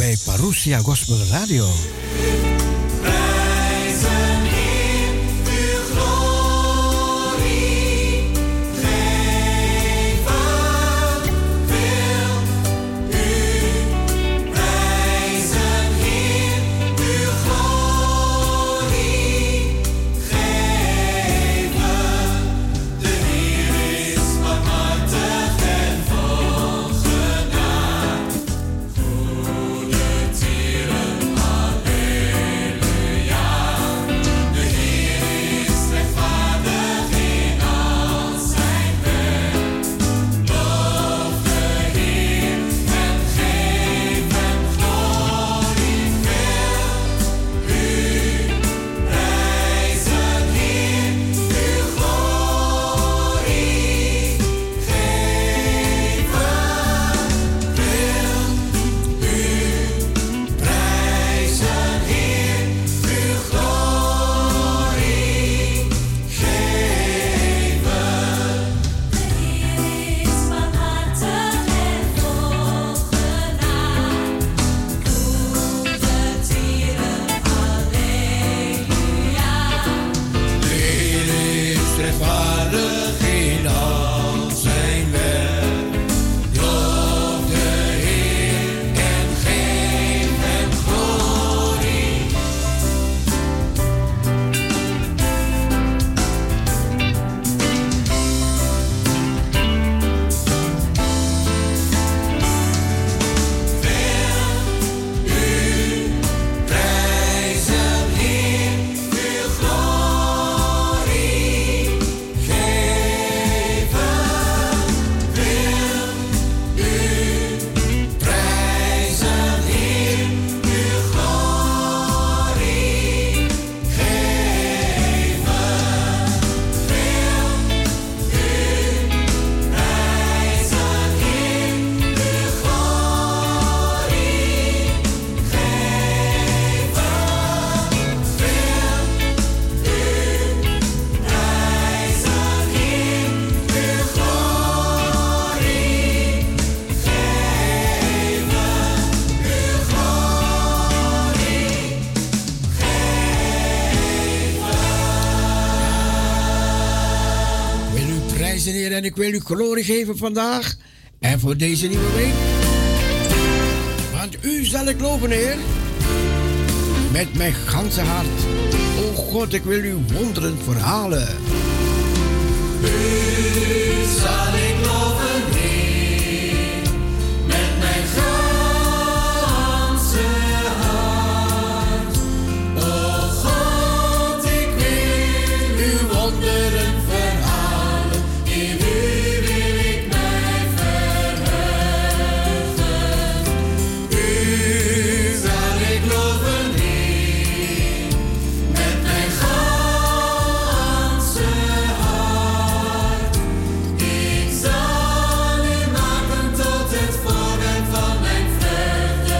bij Parousia Gospel Radio. En ik wil u glorie geven vandaag en voor deze nieuwe week. Want u zal ik loven, Heer, met mijn ganse hart. O God, ik wil uw wonderen verhalen. U zal ik loven, Heer, met mijn ganse hart. O God, ik wil uw wonderen verhalen. In u wil ik mij verheugen. U zal ik loven, Heer, met mijn ganse hart. Ik zal u maken tot het voorwerp van mijn vreugde.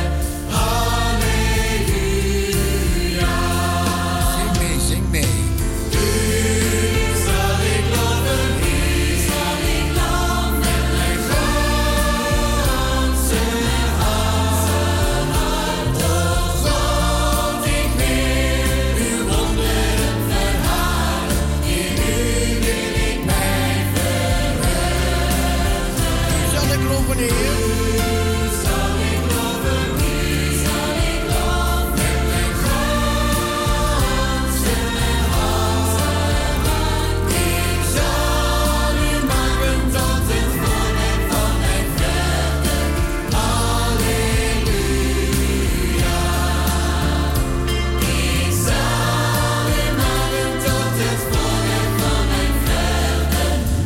Halleluja. Zing mee, zing mee. U zal ik loven, Heer, zal ik loven met mijn ganse hart. O God, ik wil uw wonderen verhalen. In u wil ik mij verheugen. U zal ik loven, Heer. U zal ik loven, Heer, zal ik loven met mijn ganse hart. Ik zal u maken tot het voorwerp van mijn vreugde. Halleluja. Ik zal u maken tot het voorwerp van mijn vreugde.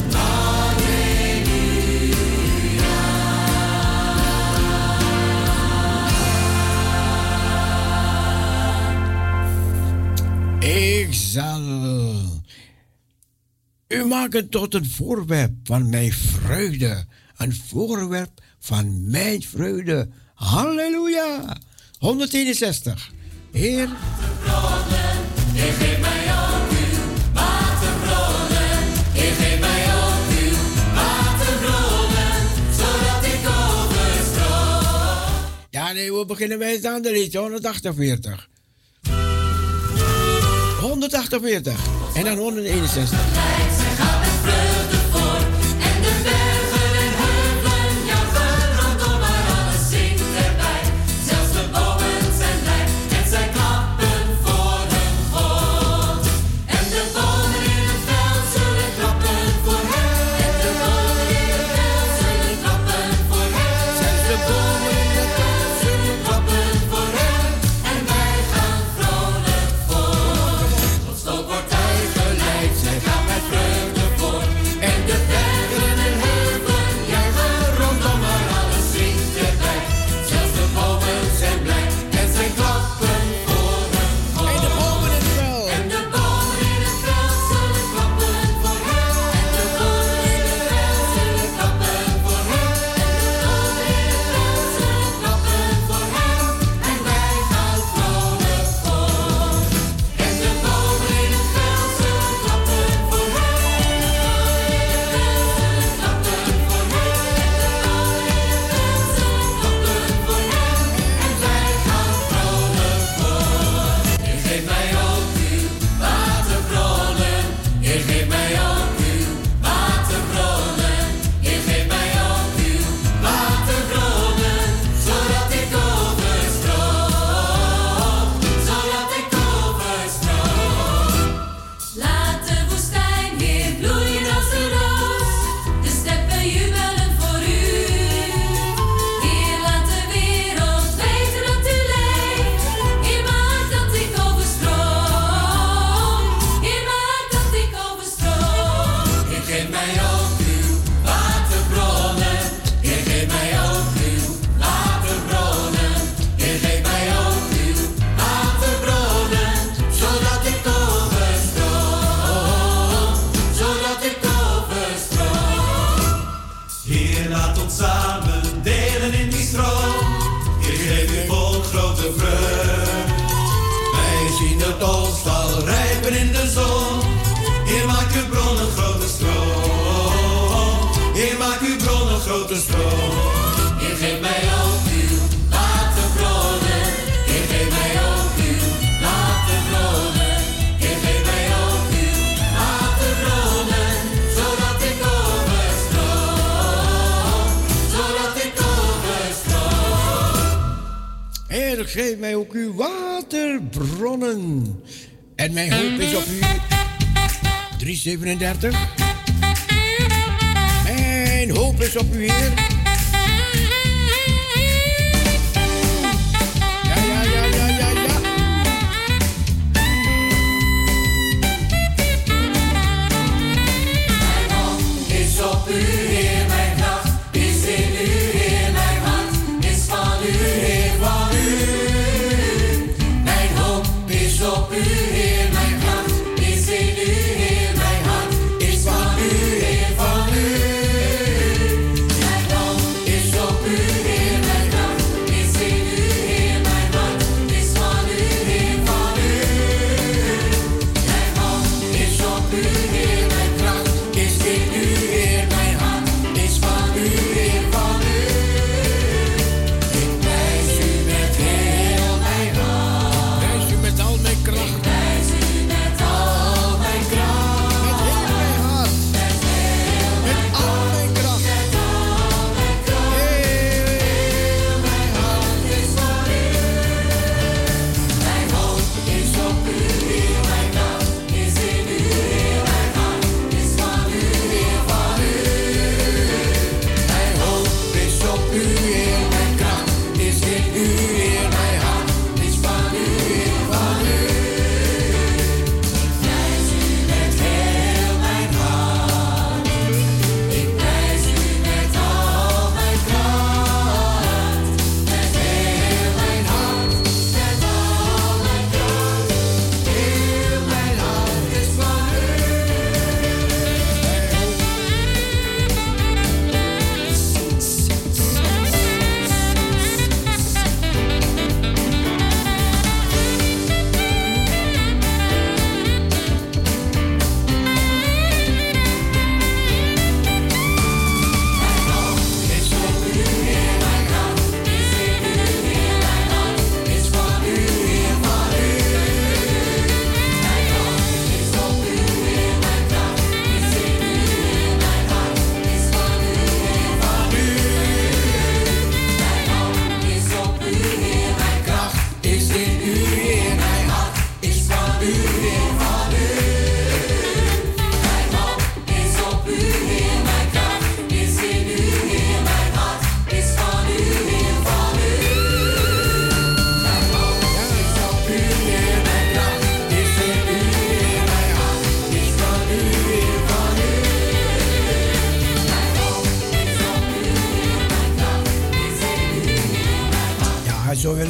Ik zal u maken tot een voorwerp van mijn vreugde. Een voorwerp van mijn vreugde. Halleluja. 161. Heer. Ik geef mij op uw waterbronnen. Ik geef mij op uw waterbronnen, zodat ik overstroom. Ja, nee, we beginnen bij het andere liedje, 148. 148 en dan 161. Zij gaat met vreugde voor en de bergen en heuvelen juichen rondom haar, alles zingt erbij. Zelfs de bomen zijn blij en zij klappen voor hun God. En de bomen in het veld zullen klappen voor hem. En de bomen in het veld zullen klappen voor hem. Zelfs de bomen in het veld zullen klappen voor hem. En wij gaan vrolijk voor. Tot stoot wordt uitgeleid, zij gaan met vreugde voor. En de bergen en heuvelen juichen rondom haar, alles zingt erbij. Zelfs de bomen zijn blij en zij klappen voor hun God. en de bomen in het veld. En de bomen in het veld zullen klappen voor hem. En de bomen in het veld zullen klappen voor hem. En de bomen in het veld zullen klappen voor hem. En wij gaan vrolijk voor. En de bomen in het veld zullen klappen voor hem. En de bomen in het veld zullen klappen voor hem. En de bomen in het veld zullen klappen voor hem. En wij gaan vrolijk voor. Heer, geef mij ook uw waterbronnen. Heer, geef mij ook uw waterbronnen. Heer, geef mij ook uw waterbronnen. Zodat ik overstroom. Zodat ik overstroom. Laat de woestijn weer bloeien als een roos. De steppen jubelen voor u. Heer, laat de wereld weten dat u leeft. Heer, maak dat ik overstroom. Heer, maak dat ik overstroom. Heer, geef mij ook uw waterbronnen. Heer, geef mij ook uw waterbronnen. Heer, geef mij ook uw waterbronnen. Zodat ik overstroom. Zodat ik overstroom. Heer, laat ons samen delen in die stroom. Heer, geef uw volk grote vreugd. Wij zien het oogstval rijpen in de zon. Heer, maak uw bronnen grote stroom. Heer, maak uw bronnen grote stroom. Heer, geef mij ook uw waterbronnen. Heer, geef mij ook uw waterbronnen. Heer, geef mij ook uw waterbronnen. Zodat ik overstroom. Zodat ik overstroom. Heer, geef mij ook uw waterbronnen. En mijn hoop is op u. 337. Mijn hoop is op u, Heer. Ja, ja, ja, ja, ja, ja. Mijn hoop is op u, Heer, mijn kracht is in u, Heer, mijn hart is van u, Heer, van u. Mijn hoop is op u, Heer, mijn kracht is in u, Heer, mijn hart is van u, Heer, van u. Mijn hoop is op u, Heer, mijn kracht is in u, Heer, mijn hart is van u, Heer, van u. Mijn hoop is op u, Heer, mijn kracht is in u, Heer, mijn hart is van u, Heer, van u. Ik prijs u met heel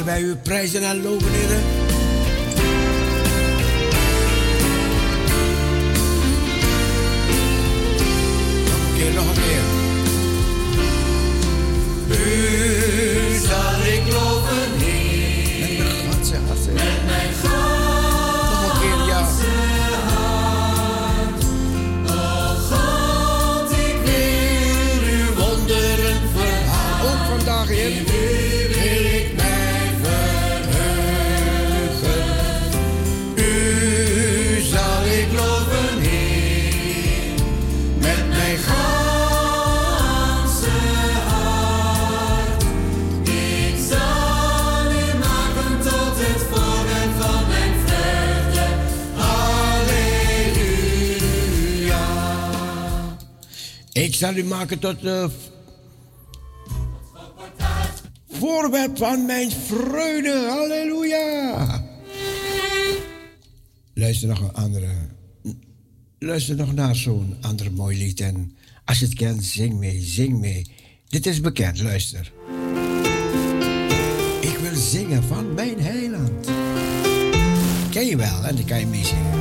willen wij u prijzen en loven, Heer. Nog een keer. U zal ik loven, Heer. Met mijn ganse hart. Met mijn ganse hart. O God, ik wil uw wonderen verhalen. Ook vandaag, Heer. Wil ik mij verheugen. U zal ik loven, Heer. Met mijn ganse hart. Ik zal u maken tot het voorwerp van mijn vreugde. Halleluja. Ik zal u maken tot de voorwerp van mijn vreugde. Halleluja. Luister nog naar zo'n ander mooi lied. En als je het kent, zing mee, zing mee. Dit is bekend, luister. Ik wil zingen van mijn heiland. Ken je wel, en dan kan je meezingen.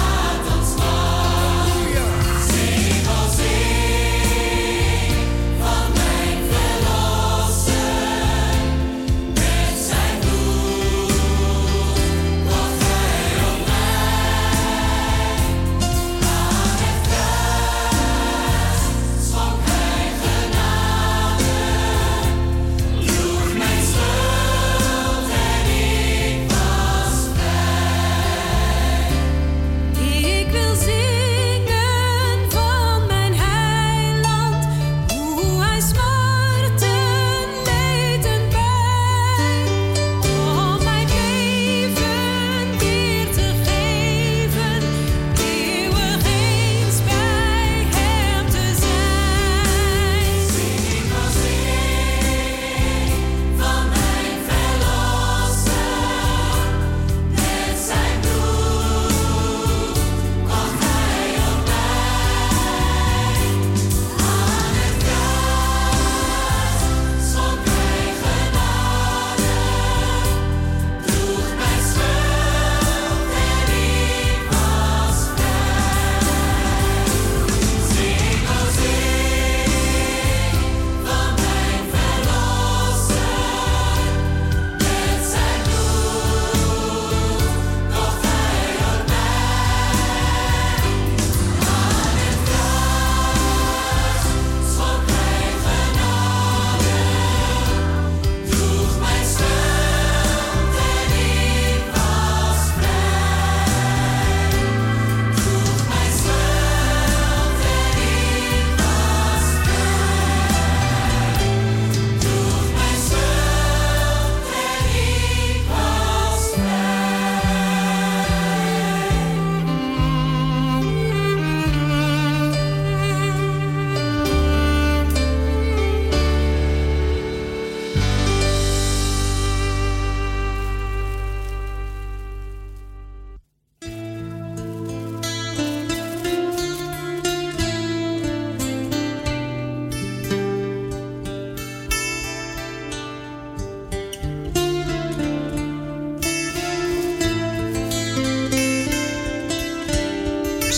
Van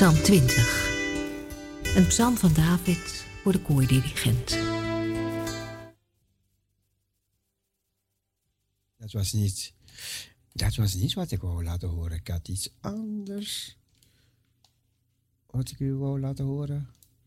Psalm 20. Een psalm van David voor de koordirigent. Dat was niet wat ik wou laten horen. Ik had iets anders wat ik u wou laten horen.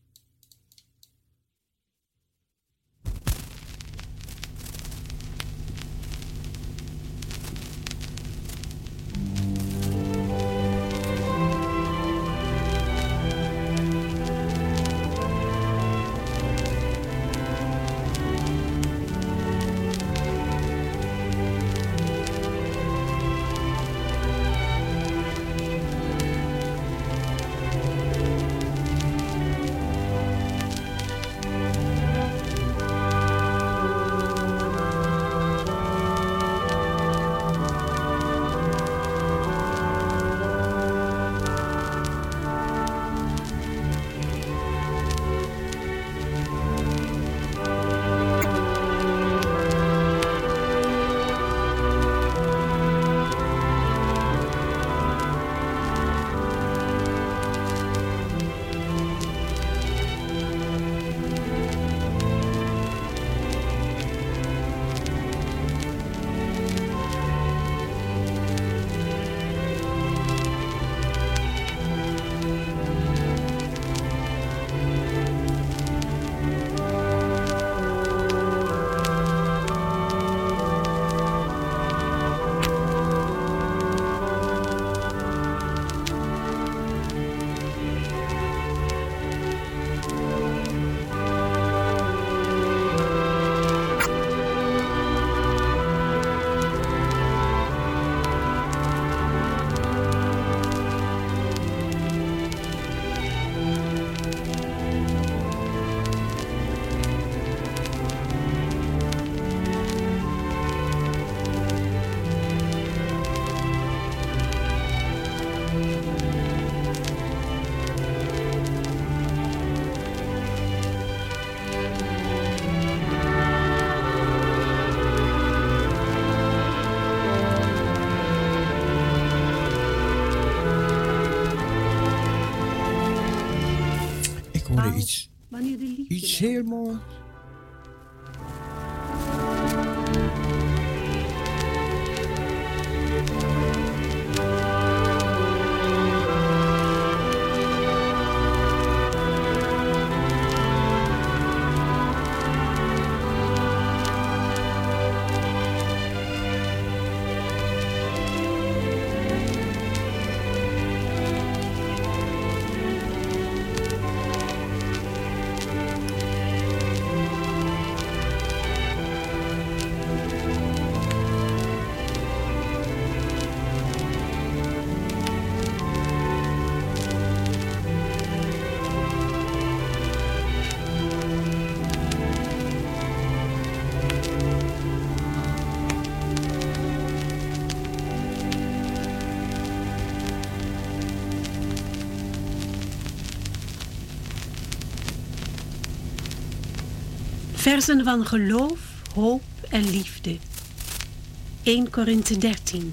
Iets heel mooi. Versen van geloof, hoop en liefde. 1 Korinthe 13.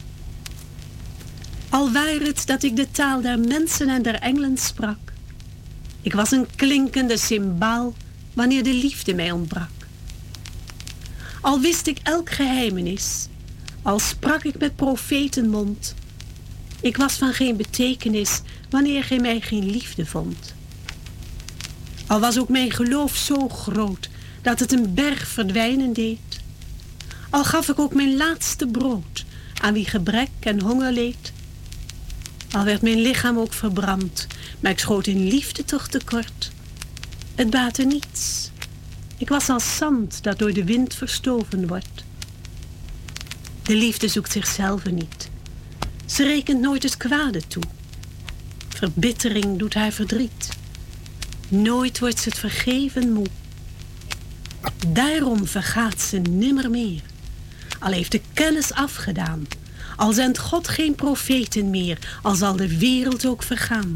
Al waar het dat ik de taal der mensen en der engelen sprak, ik was een klinkende cymbaal wanneer de liefde mij ontbrak. Al wist ik elk geheimenis, al sprak ik met profetenmond, ik was van geen betekenis wanneer gij mij geen liefde vond. Al was ook mijn geloof zo groot dat het een berg verdwijnen deed. Al gaf ik ook mijn laatste brood aan wie gebrek en honger leed. Al werd mijn lichaam ook verbrand, maar ik schoot in liefde toch tekort. Het baatte niets. Ik was als zand dat door de wind verstoven wordt. De liefde zoekt zichzelf niet. Ze rekent nooit het kwade toe. Verbittering doet haar verdriet. Nooit wordt ze het vergeven moe. Daarom vergaat ze nimmer meer. Al heeft de kennis afgedaan. Al zendt God geen profeten meer. Al zal de wereld ook vergaan.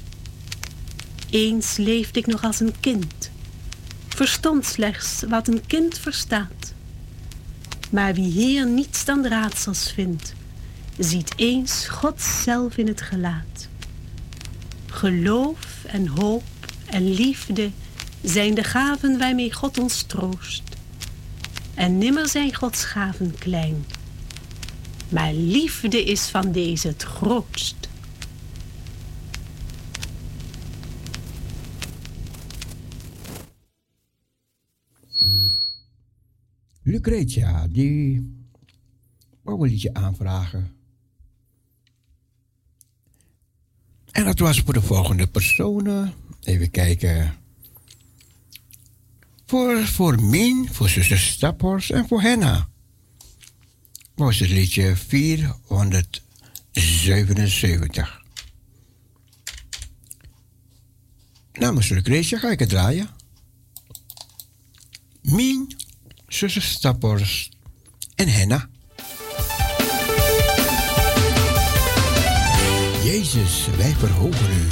Eens leefde ik nog als een kind. Verstond slechts wat een kind verstaat. Maar wie hier niets dan raadsels vindt, ziet eens God zelf in het gelaat. Geloof en hoop en liefde zijn de gaven waarmee God ons troost. En nimmer zijn Gods gaven klein. Maar liefde is van deze het grootst. Lucretia, die wou een liedje aanvragen. En dat was voor de volgende personen. Even kijken. Voor Mien, voor zuster Staphorst en voor Henna. Was het liedje 477. Namens Lucretia ga ik het draaien. Mien, zuster Staphorst en Henna. Jezus, wij verhogen u.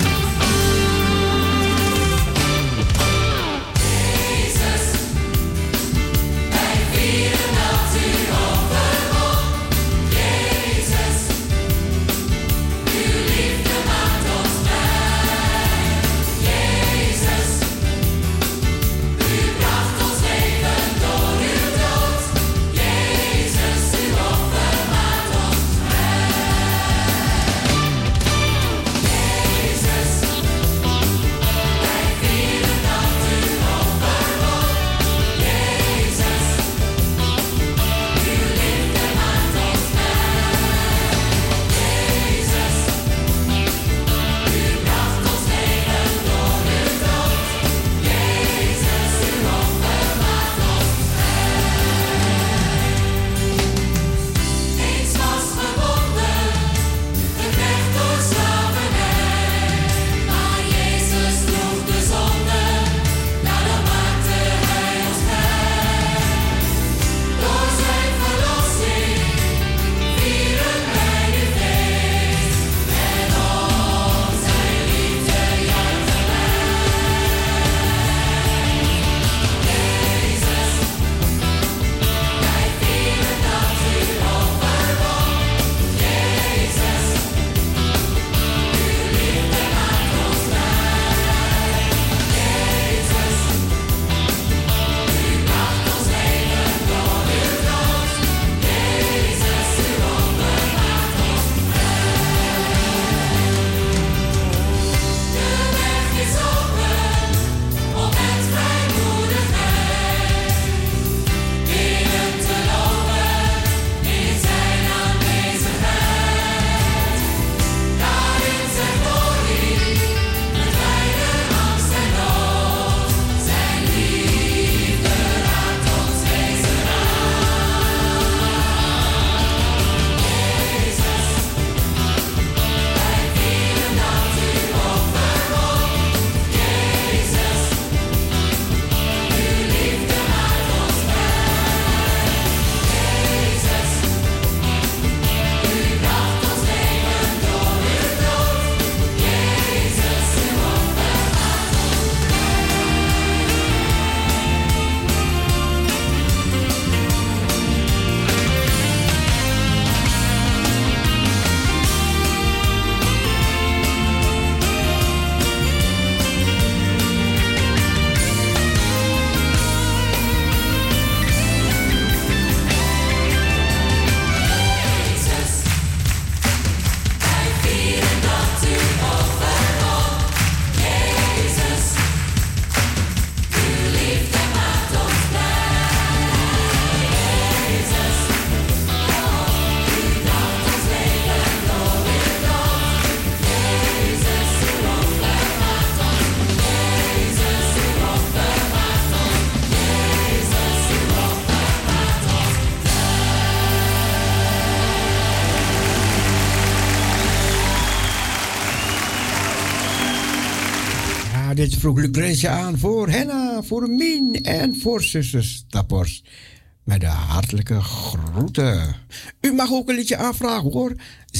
Dit vroeg Lucretia aan voor Henna, voor Mien en voor zuster Staphorst. Met de hartelijke groeten. U mag ook een liedje aanvragen hoor.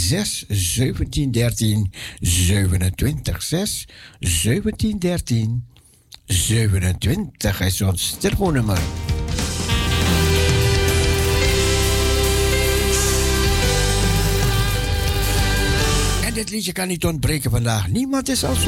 6 17 13 27. 6 17 13 27 is ons telefoonnummer. dit liedje kan niet ontbreken vandaag. Niemand is als u.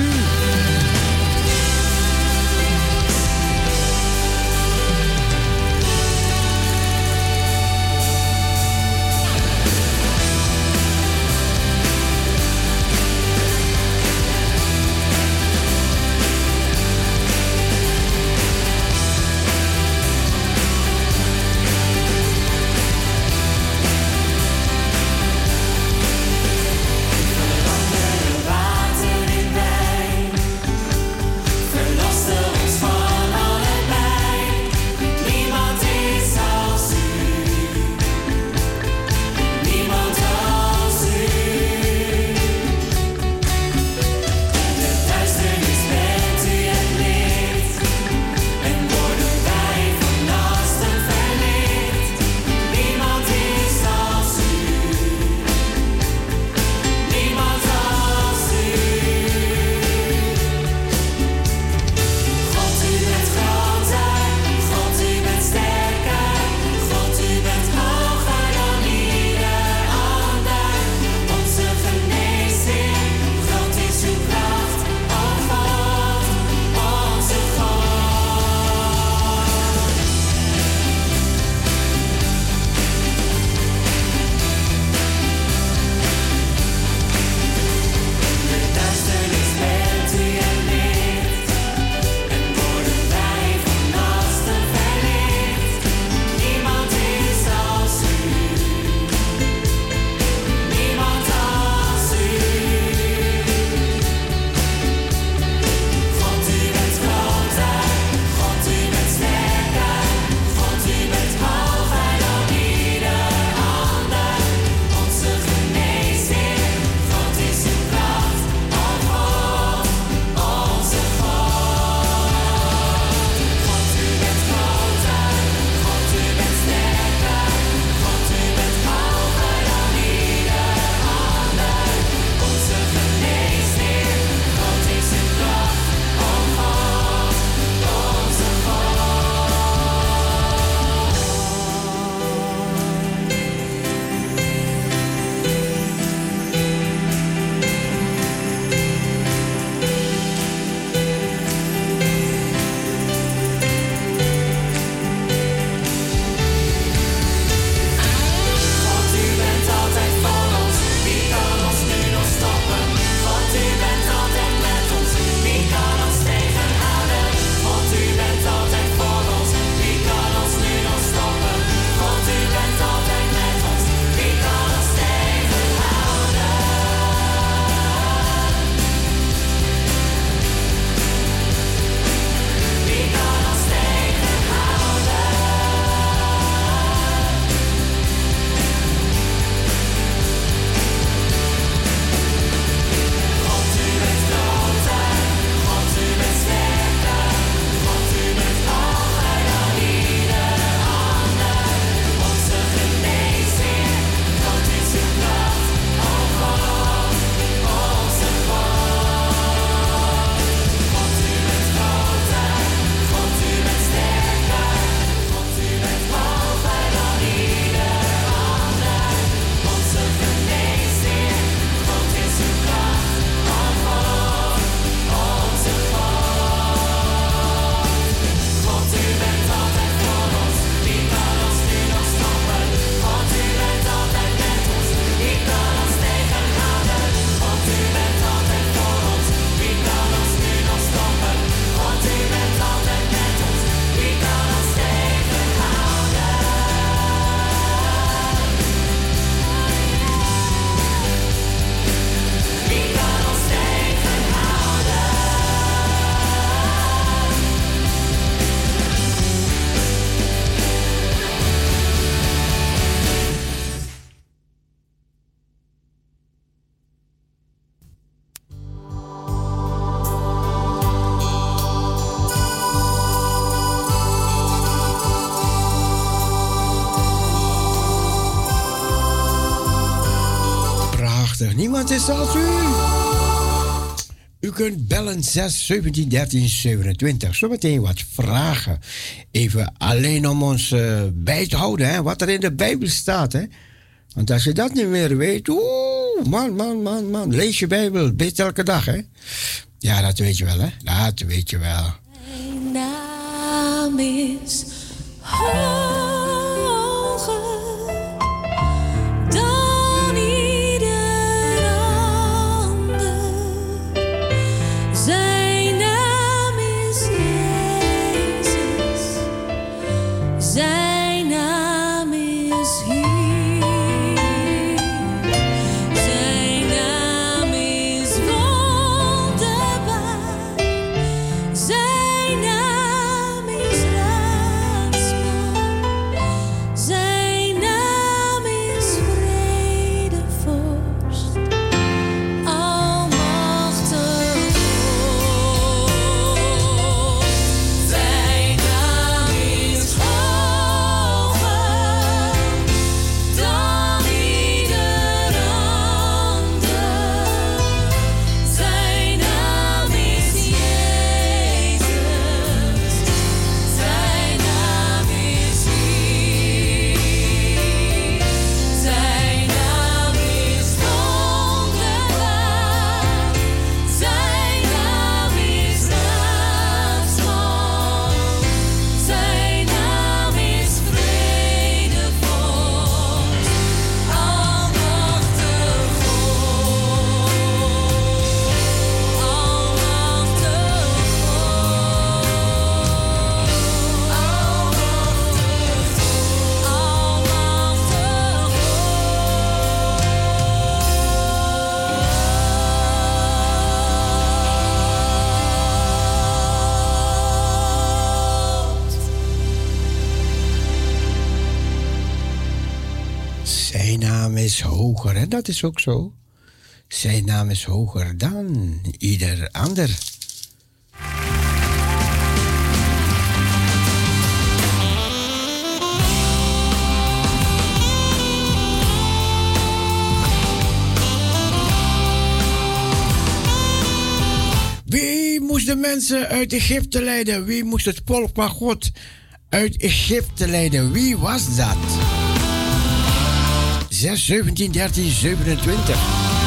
prachtig. Niemand is als u. U kunt bellen 6 17 13 27. Zometeen wat vragen. Even alleen om ons bij te houden. Hè, wat er in de Bijbel staat. Hè. Want als je dat niet meer weet. Oh, man. Lees je Bijbel. Bid elke dag, hè? Ja, dat weet je wel, hè? Dat weet je wel. Mijn naam is hoger dan ieder ander. Zijn naam is Jezus. Zijn naam is Heer. Zijn naam is wonderbaar. Zijn naam is raadsman. Zijn naam is vredevorst. Almachtig God. Zijn naam is hoger dan ieder ander. Zijn naam is Jezus. Zijn naam is Heer. Zijn naam is wonderbaar. Zijn naam is raadsman. Zijn naam is vredevorst. Almachtig God. Zijn naam is hoger, en dat is ook zo. Zijn naam is hoger dan ieder ander. Wie moest de mensen uit Egypte leiden? Wie moest het volk van God uit Egypte leiden? Wie was dat? 6, 17, 13, 27.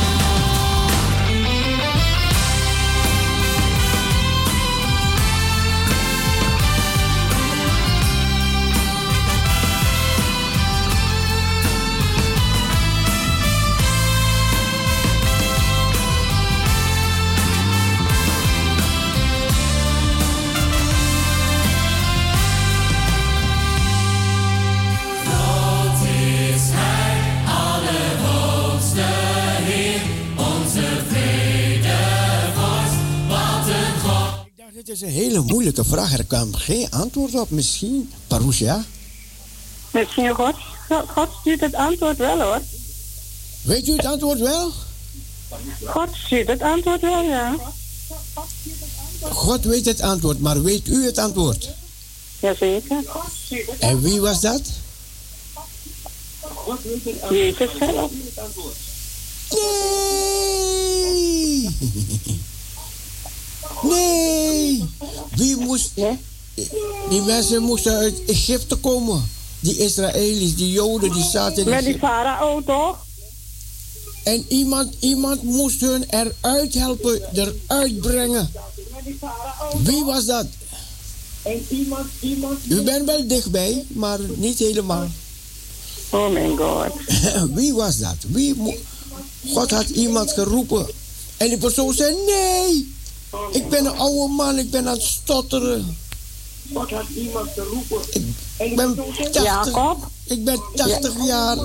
Groot is Hij, Allerhoogste Heer, onze vredevorst. Wat een God. Ik dacht, dit is een hele moeilijke vraag. Er kwam geen antwoord op. Misschien, Parousia? Misschien God stuurt het antwoord wel, hoor. Weet u het antwoord wel? God stuurt het antwoord wel, ja. God weet het antwoord, maar weet u het antwoord? Jazeker. En wie was dat? Jezus zelf. Nee! Nee! Wie moest... Nee? Die mensen moesten uit Egypte komen. Die Israëli's, die Joden, die zaten in Met die Egypte. farao, toch? En iemand moest hun eruit helpen, eruit brengen. Wie was dat? U bent wel dichtbij, maar niet helemaal. Oh mijn God. Wie was dat? God had iemand geroepen. En die persoon zei, nee, ik ben een oude man, ik ben aan het stotteren. God had iemand geroepen. Ik ben 80, Jacob? ik ben 80 jaar.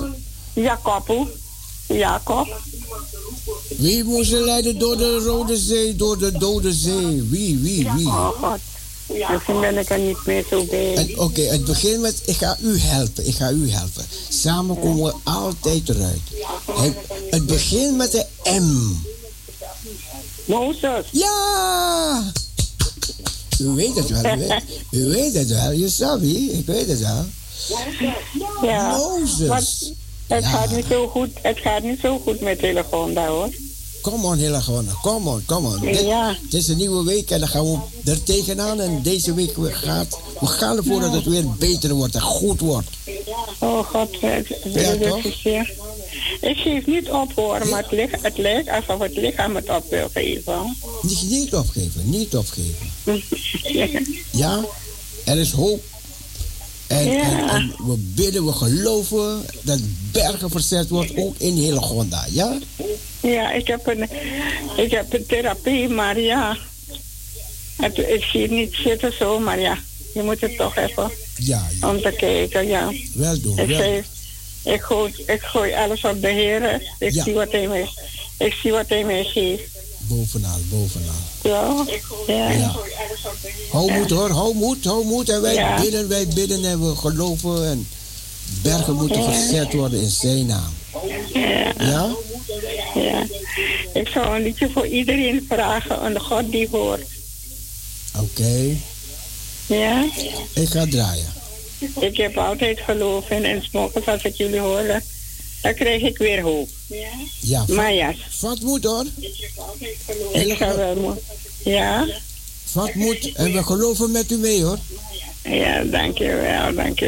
Jacob. Wie moest ze leiden door de Rode Zee, door de Dode Zee? Wie? Oh God. Misschien ben ik er niet meer zo bij. Oké, het begint met, ik ga u helpen. Samen komen we altijd eruit. Het begint met de M. Mozes. Ja! U weet het wel, je sabi, ik weet het wel. Ja. Mozes. Maar het gaat niet zo goed met Hillegonda, hoor. Come on, Hillegonda, come on. Ja. Het is een nieuwe week en dan gaan we er tegenaan. En deze week we gaan ervoor dat het weer beter wordt en goed wordt. Oh God, Ja, toch? Ik geef niet op hoor, maar het lijkt alsof het lichaam het op wil geven. Niet opgeven, niet opgeven. Ja, er is hoop. En we bidden, we geloven dat bergen verzet wordt, ook in Hillegonda, ja? Ja, ik heb een therapie, maar ja. Ik zie het niet zitten zo, maar ja. Je moet het toch even om te kijken, ja. Wel doen, ik gooi alles op de Heer. Ik zie wat hij mij geeft. Bovenal. Ja. Hou moed hoor, hou moed. En wij bidden en we geloven. En bergen moeten verzet worden in zijn naam. Ja? Ja. Ik zou een liedje voor iedereen vragen, een God die hoort. Oké. Ja? Ik ga draaien. Ik heb altijd geloof in en 's morgens als ik jullie hoor, dan krijg ik weer hoop. Ja, maar ja. Vat moed hoor. Ik ga wel moed. Ja? Vat moed en we geloven met u mee hoor. Ja, dankjewel.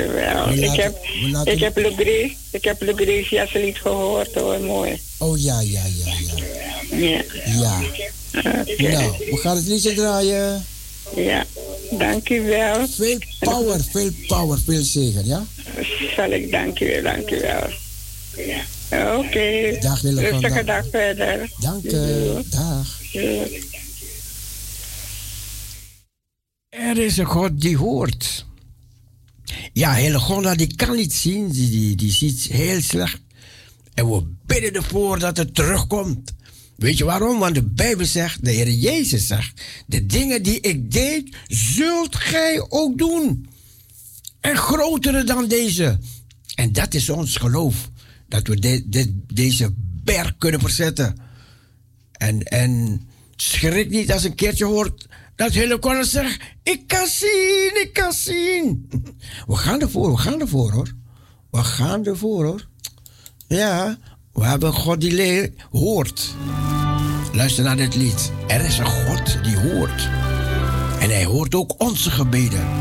Ik heb Lucrezia's lied gehoord hoor, mooi. Oh ja. Ja. Okay. Nou, we gaan het liedje draaien. Ja, dankjewel. Veel power, veel zegen, ja? Zal ik, dankjewel. Oké. Dag Hillegonda. Rustige dag verder. Dank je, dag. Er is een God die hoort. Ja, Hillegonda die kan niet zien, die ziet heel slecht. En we bidden ervoor dat het terugkomt. Weet je waarom? Want de Bijbel zegt, de Heer Jezus zegt, de dingen die ik deed, zult gij ook doen. En grotere dan deze. En dat is ons geloof. Dat we deze berg kunnen verzetten. En schrik niet als een keertje hoort dat Hillegonda zegt, ik kan zien. We gaan ervoor hoor. Ja, we hebben God die hoort. Luister naar dit lied. Er is een God die hoort. En hij hoort ook onze gebeden.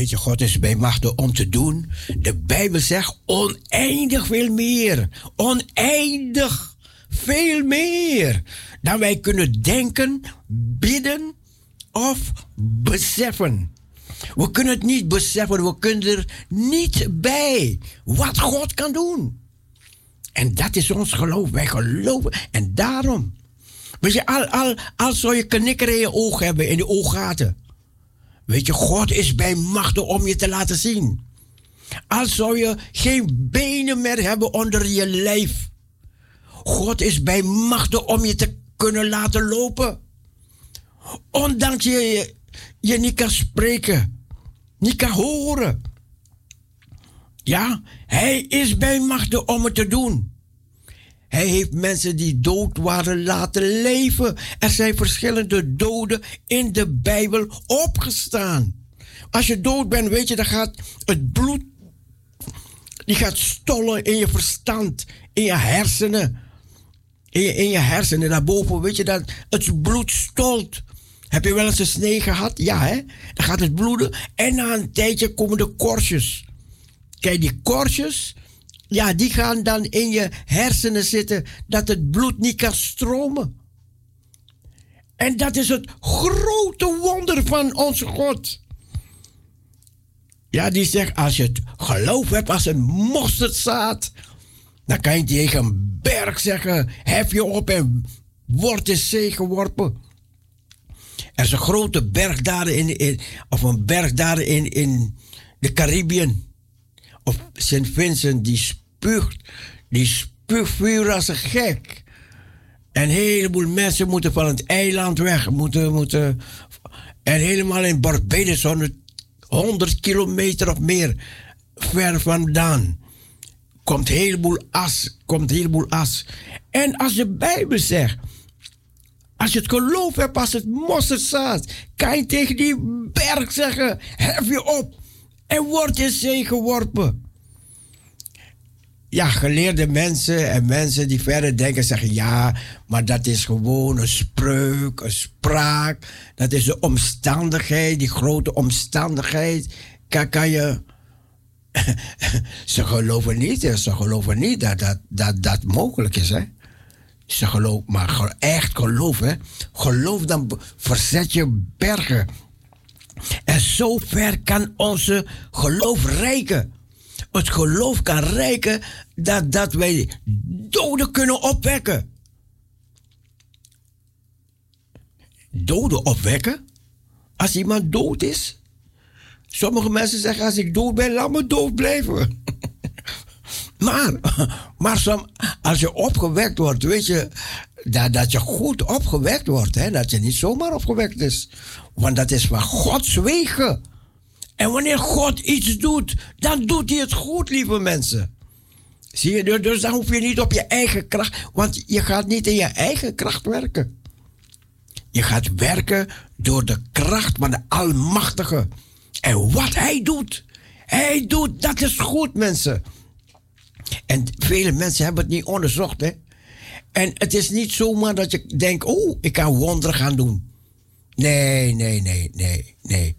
Weet je, God is bij machten om te doen. De Bijbel zegt oneindig veel meer. Oneindig veel meer. Dan wij kunnen denken, bidden of beseffen. We kunnen het niet beseffen. We kunnen er niet bij wat God kan doen. En dat is ons geloof. Wij geloven. En daarom. Weet je, al zou je knikker in je oog hebben, in de ooggaten. Weet je, God is bij machten om je te laten zien. Al zou je geen benen meer hebben onder je lijf. God is bij machten om je te kunnen laten lopen. Ondanks je niet kan spreken. Niet kan horen. Ja, hij is bij machten om het te doen. Hij heeft mensen die dood waren laten leven. Er zijn verschillende doden in de Bijbel opgestaan. Als je dood bent, weet je, dan gaat het bloed, die gaat stollen in je verstand, in je hersenen. In je hersenen daarboven, weet je, dat het bloed stolt. Heb je wel eens een snee gehad? Ja, hè? Dan gaat het bloeden en na een tijdje komen de korstjes. Kijk, die korstjes, ja, die gaan dan in je hersenen zitten, dat het bloed niet kan stromen. En dat is het grote wonder van onze God. Ja, die zegt, als je het geloof hebt als een mosterdzaad, dan kan je tegen een berg zeggen, hef je op en word in zee geworpen. Er is een grote berg daar of een berg daar in de Caribiën. Of St. Vincent, die spuugt vuur als een gek. En een heleboel mensen moeten van het eiland weg. Moeten, en helemaal in Barbados, 100 kilometer of meer ver vandaan. Komt een heleboel as. En als de Bijbel zegt, als je het geloof hebt als het mosterdzaad, kan je tegen die berg zeggen, hef je op en word in zee geworpen. Ja, geleerde mensen en mensen die verder denken zeggen, ja, maar dat is gewoon een spreuk, een spraak. Dat is de omstandigheid, die grote omstandigheid. Kan je... Ze geloven niet dat mogelijk is, hè. Ze geloven, maar echt geloof, hè. Geloof, dan verzet je bergen. En zo ver kan onze geloof reiken. Het geloof kan reiken dat wij doden kunnen opwekken. Doden opwekken? Als iemand dood is? Sommige mensen zeggen, als ik dood ben, laat me dood blijven. Maar als je opgewekt wordt, weet je, dat je goed opgewekt wordt. Hè? Dat je niet zomaar opgewekt is. Want dat is van Gods wegen. En wanneer God iets doet, dan doet hij het goed, lieve mensen. Zie je, dus dan hoef je niet op je eigen kracht, want je gaat niet in je eigen kracht werken. Je gaat werken door de kracht van de Almachtige. En wat hij doet, dat is goed, mensen. En vele mensen hebben het niet onderzocht, hè. En het is niet zomaar dat je denkt, oh, ik kan wonderen gaan doen. Nee.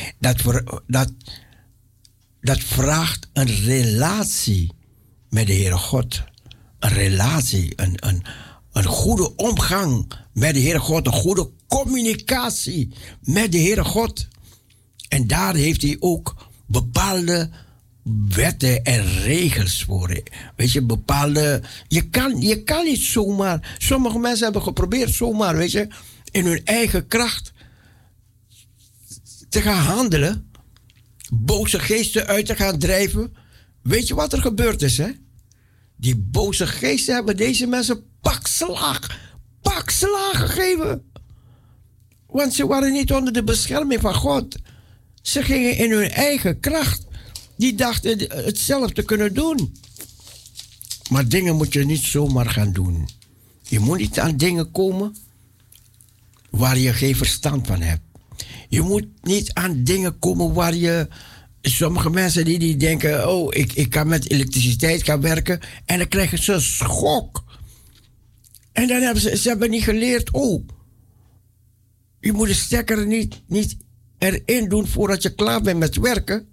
Dat vraagt een relatie met de Heere God. Een relatie, een goede omgang met de Heere God. Een goede communicatie met de Heere God. En daar heeft hij ook bepaalde wetten en regels voor. Weet je, bepaalde... Je kan niet zomaar... Sommige mensen hebben geprobeerd zomaar, weet je, in hun eigen kracht te gaan handelen. Boze geesten uit te gaan drijven. Weet je wat er gebeurd is, hè? Die boze geesten hebben deze mensen pakslaag gegeven. Want ze waren niet onder de bescherming van God. Ze gingen in hun eigen kracht. Die dachten het zelf te kunnen doen. Maar dingen moet je niet zomaar gaan doen. Je moet niet aan dingen komen waar je geen verstand van hebt. Je moet niet aan dingen komen waar je... Sommige mensen die denken, oh, ik kan met elektriciteit gaan werken. En dan krijgen ze een schok. En dan hebben ze hebben niet geleerd, oh, je moet de stekker niet erin doen voordat je klaar bent met werken.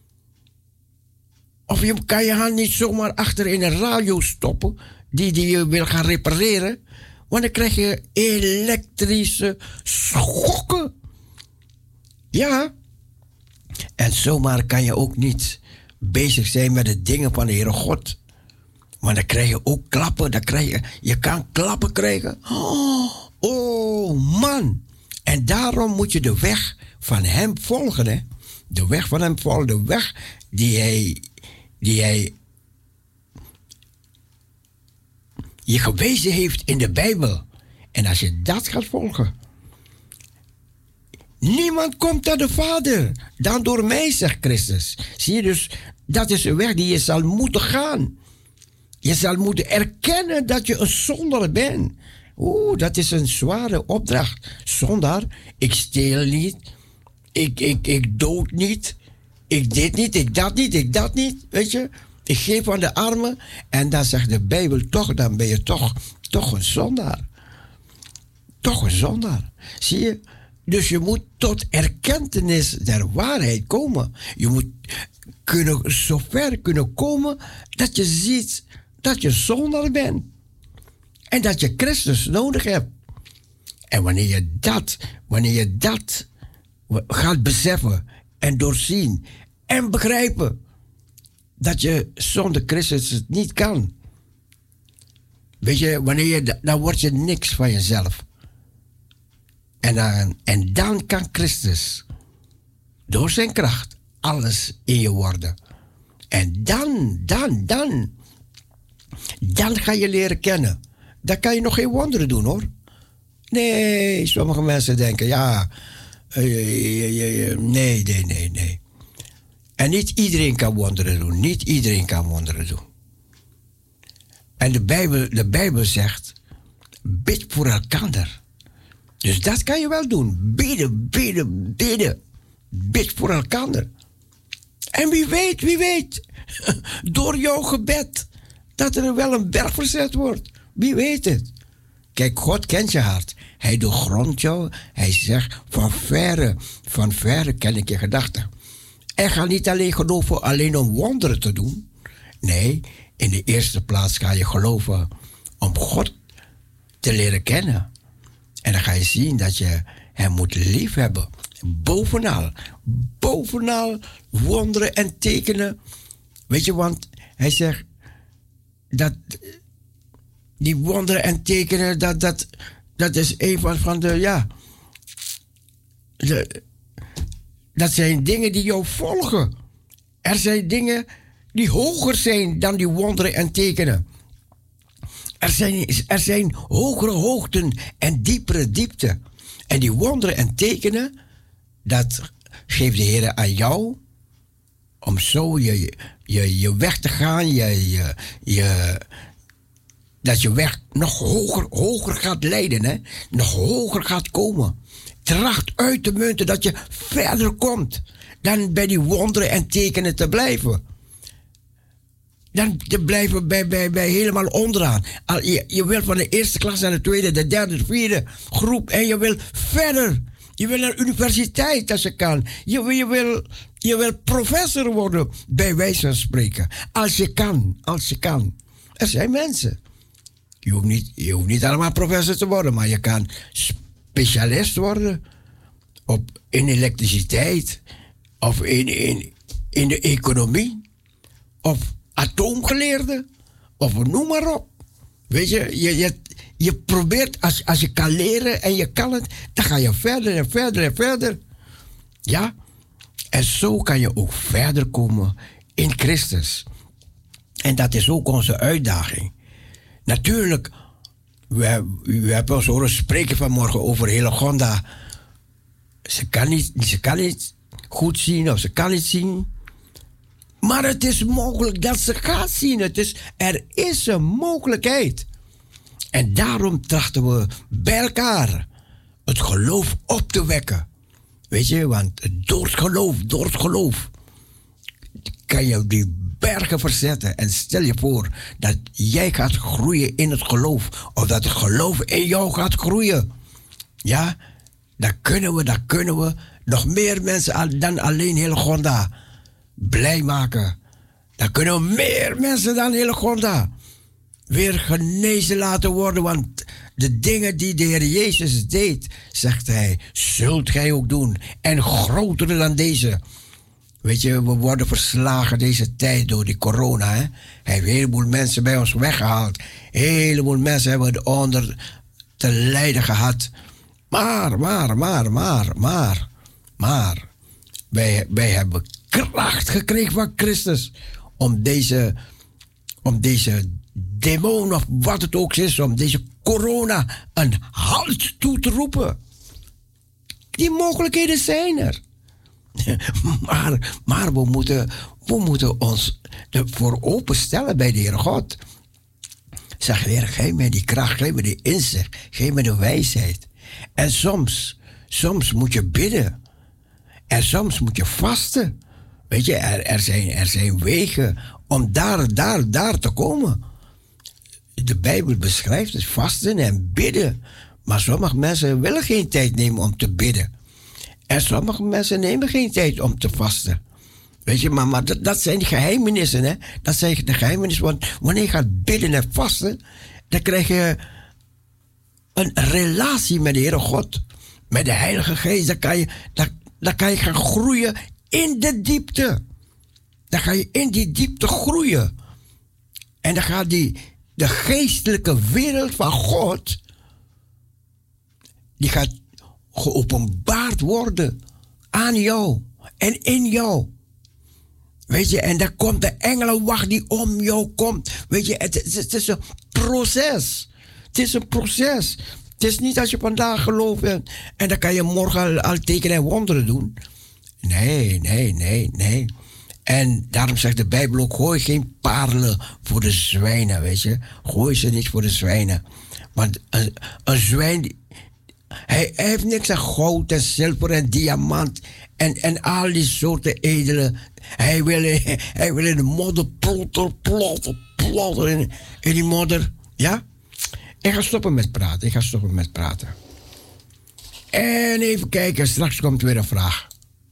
Of je kan je hand niet zomaar achter in een radio stoppen die je wil gaan repareren. Want dan krijg je elektrische schokken. Ja. En zomaar kan je ook niet bezig zijn met de dingen van de Heere God. Maar dan krijg je ook klappen. Je kan klappen krijgen. Oh man. En daarom moet je de weg van hem volgen. Hè? De weg van hem volgen. De weg die hij je gewezen heeft in de Bijbel. En als je dat gaat volgen. Niemand komt naar de Vader dan door mij, zegt Christus. Zie je dus, dat is een weg die je zal moeten gaan. Je zal moeten erkennen dat je een zondaar bent. Dat is een zware opdracht. Zondaar, ik steel niet. Ik dood niet. Ik dit niet, ik dat niet. Weet je, ik geef aan de armen. En dan zegt de Bijbel toch, dan ben je toch een zondaar. Toch een zondaar. Zie je? Dus je moet tot erkentenis der waarheid komen. Je moet zover kunnen komen dat je ziet dat je zondaar bent. En dat je Christus nodig hebt. En wanneer je dat gaat beseffen en doorzien en begrijpen dat je zonder Christus het niet kan. Weet je, dan word je niks van jezelf. En dan kan Christus door zijn kracht alles in je worden. En dan ga je leren kennen. Dan kan je nog geen wonderen doen, hoor. Nee, sommige mensen denken, nee. En niet iedereen kan wonderen doen. Niet iedereen kan wonderen doen. En de Bijbel zegt, bid voor elkaar. Dus dat kan je wel doen. Bidden. Bid voor elkaar. En wie weet, door jouw gebed, dat er wel een berg verzet wordt. Wie weet het. Kijk, God kent je hart. Hij doorgrondt jou. Hij zegt, van verre ken ik je gedachten. En ga niet alleen geloven alleen om wonderen te doen. Nee, in de eerste plaats ga je geloven om God te leren kennen. En dan ga je zien dat je hem moet liefhebben. Bovenal wonderen en tekenen. Weet je, want hij zegt dat die wonderen en tekenen, dat is een van de, dat zijn dingen die jou volgen. Er zijn dingen die hoger zijn dan die wonderen en tekenen. Er zijn hogere hoogten en diepere diepte. En die wonderen en tekenen, dat geeft de Heer aan jou. Om zo je weg te gaan. Dat je weg nog hoger gaat leiden. Hè? Nog hoger gaat komen. Tracht uit te munten dat je verder komt. Dan bij die wonderen en tekenen te blijven. Dan te blijven bij helemaal onderaan. Je wil van de eerste klas naar de tweede, de derde, de vierde groep. En je wil verder. Je wil naar de universiteit als je kan. Je wil professor worden, bij wijze van spreken. Als je kan. Er zijn mensen. Je hoeft niet allemaal professor te worden, maar je kan specialist worden. In elektriciteit. Of in de economie. Of atoomgeleerde. Of noem maar op. Weet je probeert, als je kan leren en je kan het, dan ga je verder en verder en verder. Ja? En zo kan je ook verder komen in Christus. En dat is ook onze uitdaging. Natuurlijk, we hebben ons horen spreken vanmorgen over Hillegonda. Ze kan niet goed zien of ze kan niet zien. Maar het is mogelijk dat ze gaat zien. Er is een mogelijkheid. En daarom trachten we bij elkaar het geloof op te wekken. Weet je, want door het geloof kan je die bergen verzetten. En stel je voor dat jij gaat groeien in het geloof. Of dat het geloof in jou gaat groeien. Ja, dan kunnen we nog meer mensen dan alleen Hillegonda blij maken. Dan kunnen we meer mensen dan Hillegonda weer genezen laten worden. Want de dingen die de Heer Jezus deed, zegt hij, zult gij ook doen. En groter dan deze. Weet je, we worden verslagen deze tijd door die corona. Hè? Hij heeft een heleboel mensen bij ons weggehaald. Een heleboel mensen hebben we onder te lijden gehad. Maar. Wij hebben kracht gekregen van Christus. Om deze demon of wat het ook is. Om deze corona een halt toe te roepen. Die mogelijkheden zijn er. Maar we moeten ons ervoor openstellen bij de Heer God. Zeg, Heer, geef mij die kracht, geef mij die inzicht, geef mij de wijsheid. En soms moet je bidden. En soms moet je vasten. Weet je, er zijn wegen om daar te komen. De Bijbel beschrijft het vasten en bidden. Maar sommige mensen willen geen tijd nemen om te bidden. En sommige mensen nemen geen tijd om te vasten. Weet je, maar dat zijn de geheimenissen, hè. Dat zijn de geheimenissen, want wanneer je gaat bidden en vasten, dan krijg je een relatie met de Heere God. Met de Heilige Geest, dan kan je gaan groeien in de diepte. Dan ga je in die diepte groeien. En dan gaat de geestelijke wereld van God, die gaat geopenbaard worden aan jou en in jou. Weet je, en dan komt de engelenwacht die om jou komt. Weet je, het is een proces. Het is een proces. Het is niet als je vandaag gelooft en dan kan je morgen al tekenen en wonderen doen. Nee. En daarom zegt de Bijbel ook, gooi geen parelen voor de zwijnen, weet je. Gooi ze niet voor de zwijnen. Want een zwijn, hij heeft niks aan goud en zilver en diamant en al die soorten edelen. Hij wil in de modder plotter in die modder. Ja? Ik ga stoppen met praten. En even kijken, straks komt weer een vraag.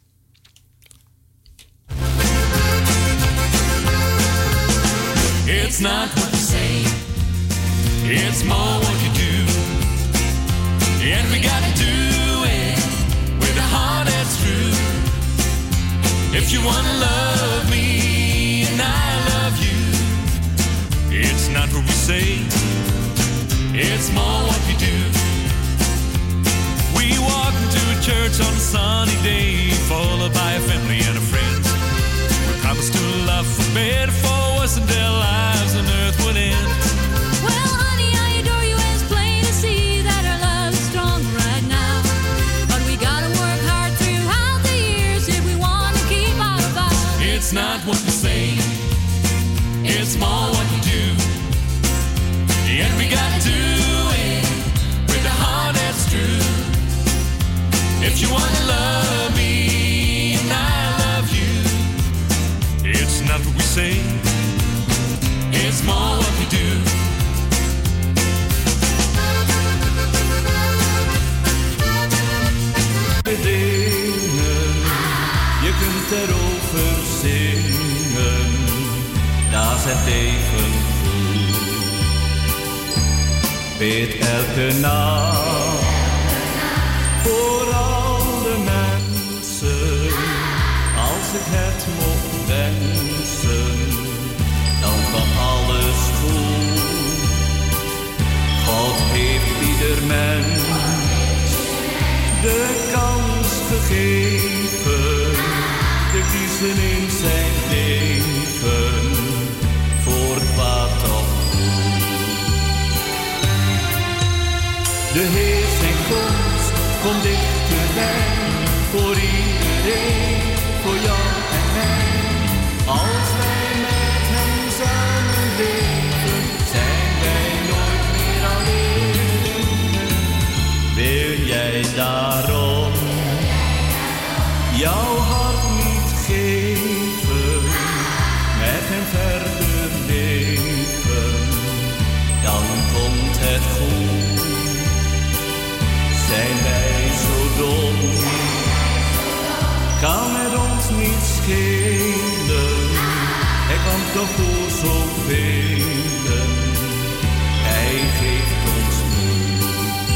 It's not what you say, it's more what you do. And we gotta do it with a heart that's true. If you wanna love me and I love you, it's not what we say, it's more what we do. We walk into a church on a sunny day, followed by a family and a friend. We promise to love for better, for worse, until lives on earth would end. Well, honey, I adore you, and it's plain to see that our love is strong right now. But we gotta work hard throughout the years if we want to keep our vows. It's not what we say, it's more what you do. And we gotta do it with a heart that's true. If you wanna love me and I love you, it's not what we say, it's more what we do. Je kunt erover zingen, dat is het even goed. Bid elke nacht voor al de mensen. Als ik het mocht wensen, dan kan alles goed. God heeft ieder mens de kans gegeven, te kiezen in zijn leven, voor kwaad of goed. De Heer zijn komst komt dichterbij, voor iedereen, voor jou en mij. Als wij met hem samen leven, zijn wij nooit meer alleen. Wil jij daarom jouw hart niet geven, met hem verder leven, dan komt het goed. Zijn wij zo dom kan het ons niet schelen. Hij kwam toch voor zoveel. Hij geeft ons moed.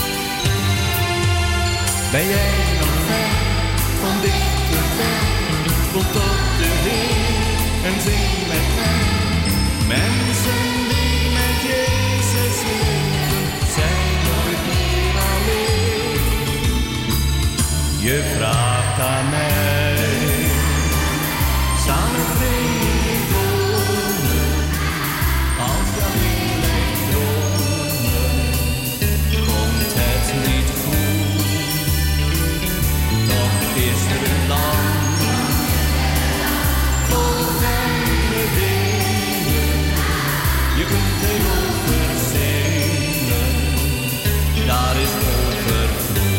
Ben jij nog ver van dichterbij? Kom tot de Heer en zing met mij. Mensen die met Jezus leven, zijn nooit meer alleen. Je vraagt aan mij, samen vrede wonen, als dat niet blijft dromen, komt het niet goed. Toch is er een land vol fijne dingen, je kunt erover zingen, daar is overvloed.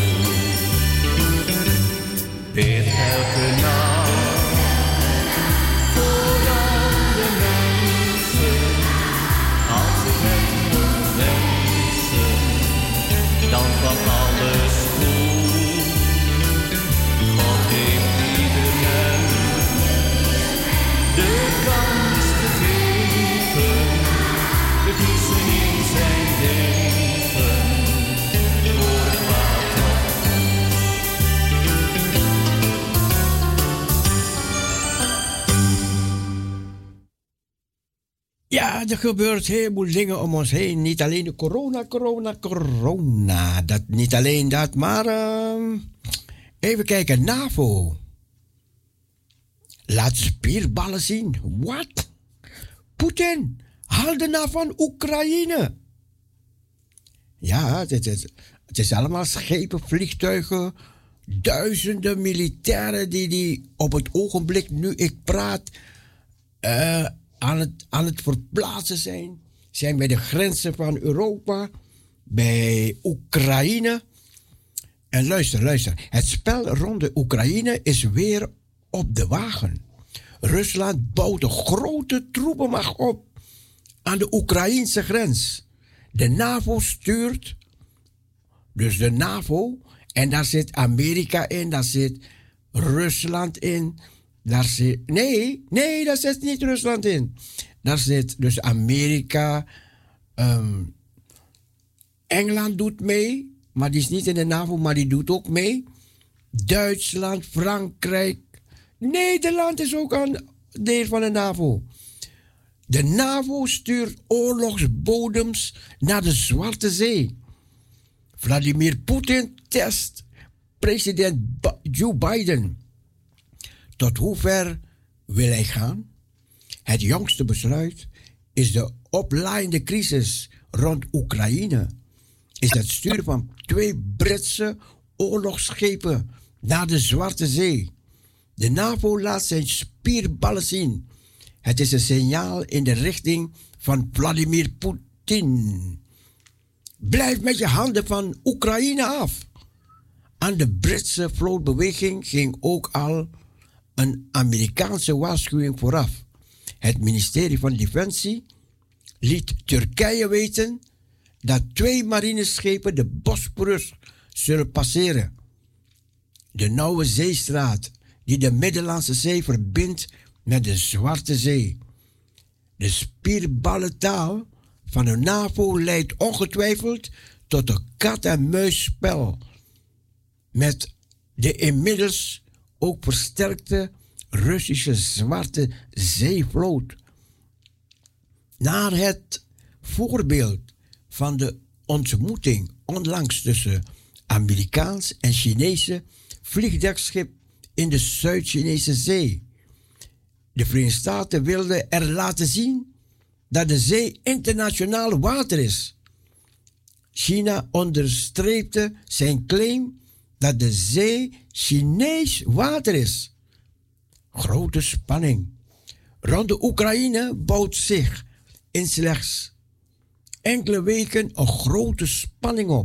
Bid elke nacht voor al de mensen, als ik het moet wensen, dan van alles goed. God heeft ieder mens de kans gegeven, we kiezen in zijn leven, voor kwaad of Ja, er gebeurt heel veel dingen om ons heen. Niet alleen de corona. Dat, niet alleen dat, maar even kijken. NAVO. Laat spierballen zien. Wat? Poetin, haal de NAVO van Oekraïne. Ja, het is allemaal schepen, vliegtuigen, duizenden militairen die op het ogenblik, nu ik praat, aan het verplaatsen zijn bij de grenzen van Europa, bij Oekraïne. En luister, het spel rond de Oekraïne is weer op de wagen. Rusland bouwt een grote troepenmacht op aan de Oekraïnse grens. De NAVO stuurt, dus de NAVO, en daar zit Amerika in, daar zit Rusland in. Daar zit, nee, daar zit niet Rusland in. Daar zit dus Amerika, Engeland doet mee, maar die is niet in de NAVO, maar die doet ook mee. Duitsland, Frankrijk, Nederland is ook een deel van de NAVO. De NAVO stuurt oorlogsbodems naar de Zwarte Zee. Vladimir Poetin test president Joe Biden. Tot hoe ver wil hij gaan? Het jongste besluit is de oplaaiende crisis rond Oekraïne. Is het sturen van 2 Britse oorlogsschepen naar de Zwarte Zee. De NAVO laat zijn spierballen zien. Het is een signaal in de richting van Vladimir Poetin. Blijf met je handen van Oekraïne af. Aan de Britse vlootbeweging ging ook al een Amerikaanse waarschuwing vooraf. Het ministerie van Defensie liet Turkije weten dat 2 marineschepen de Bosporus zullen passeren. De nauwe zeestraat die de Middellandse Zee verbindt met de Zwarte Zee. De spierballentaal van de NAVO leidt ongetwijfeld tot een kat-en-muisspel met de inmiddels ook versterkte Russische Zwarte Zeevloot. Naar het voorbeeld van de ontmoeting onlangs tussen Amerikaans en Chinese vliegdekschip in de Zuid-Chinese Zee. De Verenigde Staten wilden er laten zien dat de zee internationaal water is. China onderstreepte zijn claim dat de zee Chinees water is. Grote spanning. Rond de Oekraïne bouwt zich in slechts enkele weken een grote spanning op.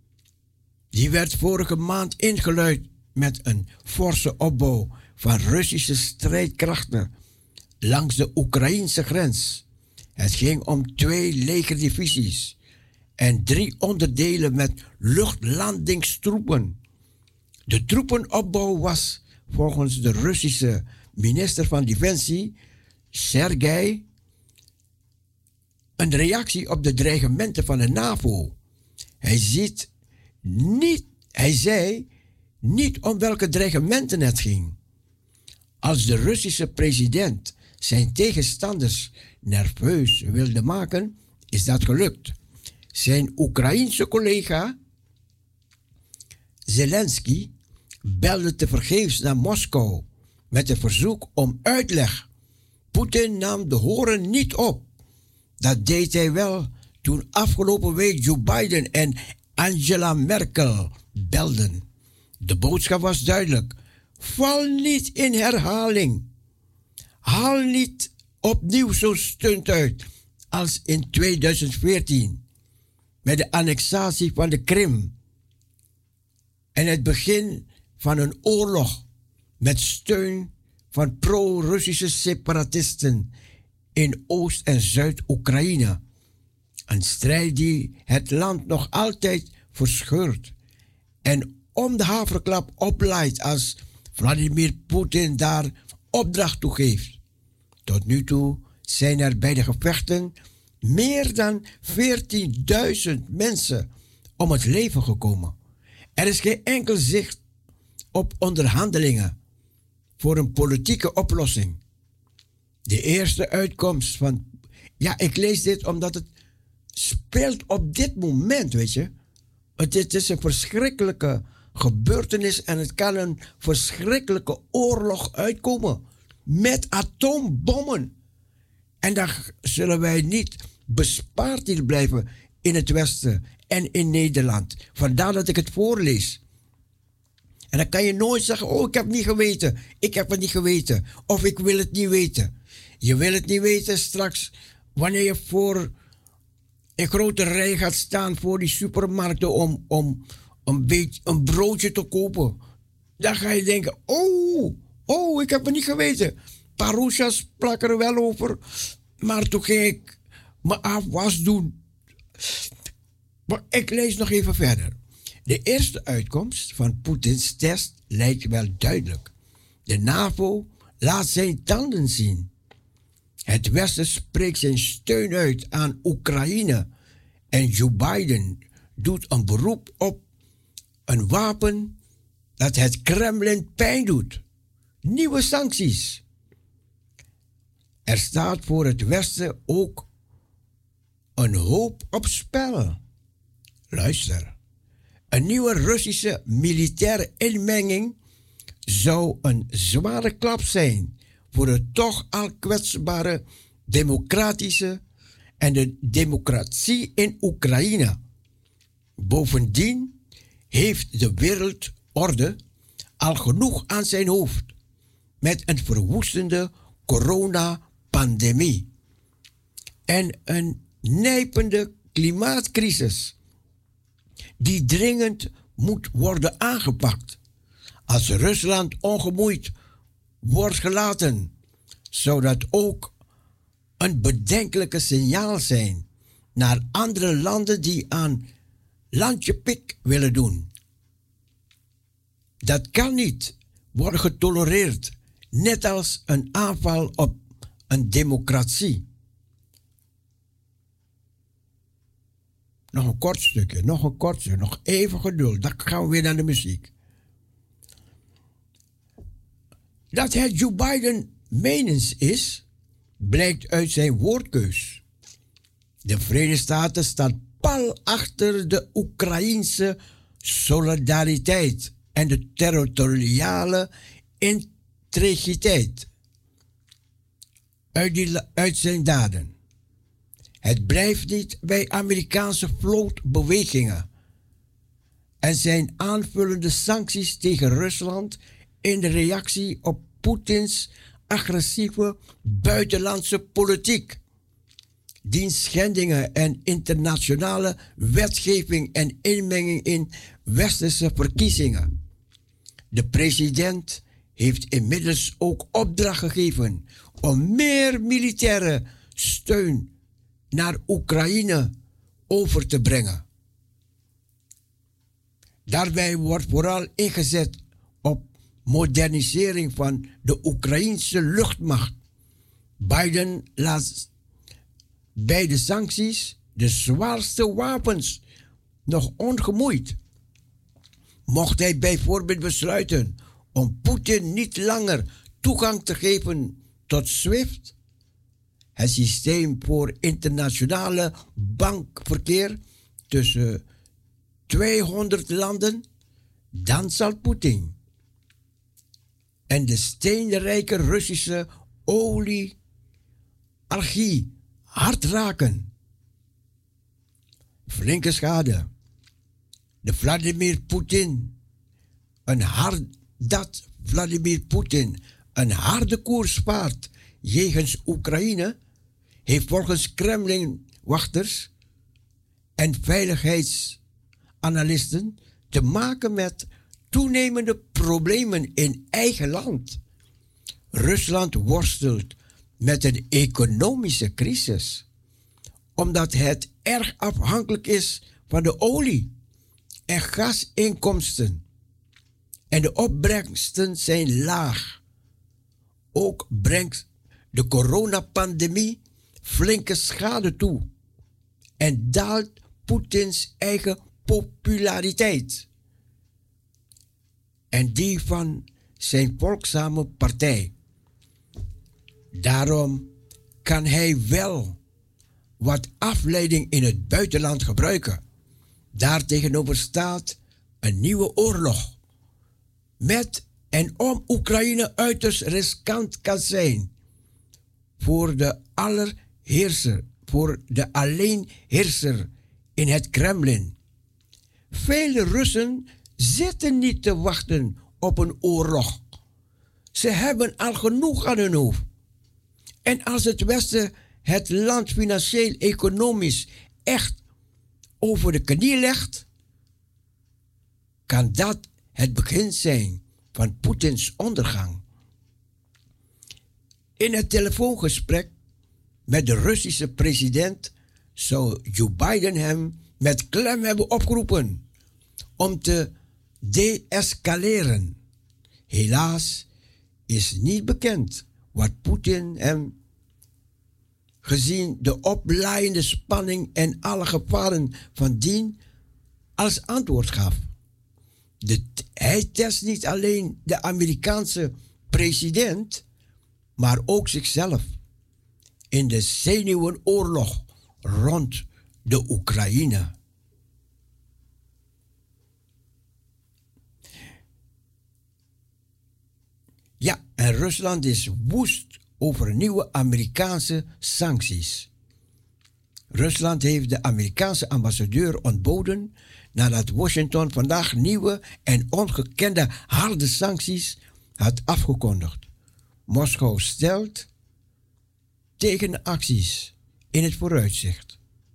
Die werd vorige maand ingeluid met een forse opbouw van Russische strijdkrachten langs de Oekraïnse grens. Het ging om 2 legerdivisies en 3 onderdelen met luchtlandingstroepen. De troepenopbouw was volgens de Russische minister van Defensie, Sergei, een reactie op de dreigementen van de NAVO. Hij zei niet om welke dreigementen het ging. Als de Russische president zijn tegenstanders nerveus wilde maken, is dat gelukt. Zijn Oekraïense collega Zelensky belde tevergeefs naar Moskou met een verzoek om uitleg. Poetin nam de horen niet op. Dat deed hij wel toen afgelopen week Joe Biden en Angela Merkel belden. De boodschap was duidelijk. Val niet in herhaling. Haal niet opnieuw zo'n stunt uit als in 2014 met de annexatie van de Krim en het begin van een oorlog met steun van pro-Russische separatisten in Oost- en Zuid-Oekraïne. Een strijd die het land nog altijd verscheurt en om de haverklap opleidt als Vladimir Poetin daar opdracht toe geeft. Tot nu toe zijn er bij de gevechten meer dan 14.000 mensen om het leven gekomen. Er is geen enkel zicht op onderhandelingen voor een politieke oplossing. De eerste uitkomst van... Ja, ik lees dit omdat het speelt op dit moment, weet je. Het is een verschrikkelijke gebeurtenis en het kan een verschrikkelijke oorlog uitkomen met atoombommen. En dan zullen wij niet bespaard hier blijven in het Westen en in Nederland. Vandaar dat ik het voorlees. En dan kan je nooit zeggen, oh, ik heb niet geweten. Ik heb het niet geweten. Of ik wil het niet weten. Je wil het niet weten straks wanneer je voor een grote rij gaat staan voor die supermarkten om een broodje te kopen. Dan ga je denken, oh, ik heb het niet geweten. Parousia sprak er wel over, maar toen ging ik me afwas doen. Maar ik lees nog even verder. De eerste uitkomst van Poetins test lijkt wel duidelijk. De NAVO laat zijn tanden zien. Het Westen spreekt zijn steun uit aan Oekraïne en Joe Biden doet een beroep op een wapen dat het Kremlin pijn doet. Nieuwe sancties. Er staat voor het Westen ook een hoop op spel. Luister. Een nieuwe Russische militaire inmenging zou een zware klap zijn voor de toch al kwetsbare democratische en de democratie in Oekraïne. Bovendien heeft de wereldorde al genoeg aan zijn hoofd met een verwoestende coronapandemie en een nijpende klimaatcrisis die dringend moet worden aangepakt. Als Rusland ongemoeid wordt gelaten, zou dat ook een bedenkelijke signaal zijn naar andere landen die aan landjepik willen doen. Dat kan niet worden getolereerd, net als een aanval op een democratie. Nog een kort stukje, nog even geduld. Dan gaan we weer naar de muziek. Dat het Joe Biden menens is, blijkt uit zijn woordkeus. De Verenigde Staten staan pal achter de Oekraïense solidariteit en de territoriale integriteit uit zijn daden. Het blijft niet bij Amerikaanse vlootbewegingen en zijn aanvullende sancties tegen Rusland in de reactie op Poetins agressieve buitenlandse politiek, diens schendingen en internationale wetgeving en inmenging in westerse verkiezingen. De president heeft inmiddels ook opdracht gegeven om meer militaire steun naar Oekraïne over te brengen. Daarbij wordt vooral ingezet op modernisering van de Oekraïense luchtmacht. Biden laat bij de sancties de zwaarste wapens nog ongemoeid. Mocht hij bijvoorbeeld besluiten om Poetin niet langer toegang te geven tot SWIFT, het systeem voor internationale bankverkeer tussen 200 landen, dan zal Poetin en de steenrijke Russische oligarchie hard raken. Flinke schade. Vladimir Poetin een harde koers vaart jegens Oekraïne, heeft volgens Kremlin-wachters en veiligheidsanalisten te maken met toenemende problemen in eigen land. Rusland worstelt met een economische crisis, omdat het erg afhankelijk is van de olie- en gasinkomsten. En de opbrengsten zijn laag. Ook brengt de coronapandemie flinke schade toe en daalt Poetins eigen populariteit en die van zijn volgzame partij. Daarom kan hij wel wat afleiding in het buitenland gebruiken. Daartegenover staat een nieuwe oorlog met en om Oekraïne uiterst riskant kan zijn voor de alleenheerser in het Kremlin. Vele Russen zitten niet te wachten op een oorlog. Ze hebben al genoeg aan hun hoofd. En als het Westen het land financieel, economisch echt over de knie legt, kan dat het begin zijn van Poetins ondergang. In het telefoongesprek met de Russische president zou Joe Biden hem met klem hebben opgeroepen om te deescaleren. Helaas is niet bekend wat Poetin hem, gezien de oplaaiende spanning en alle gevaren van dien, als antwoord gaf. Hij test niet alleen de Amerikaanse president, maar ook zichzelf in de zenuwenoorlog rond de Oekraïne. Ja, en Rusland is woest over nieuwe Amerikaanse sancties. Rusland heeft de Amerikaanse ambassadeur ontboden nadat Washington vandaag nieuwe en ongekende harde sancties had afgekondigd. Moskou stelt tegenacties in het vooruitzicht.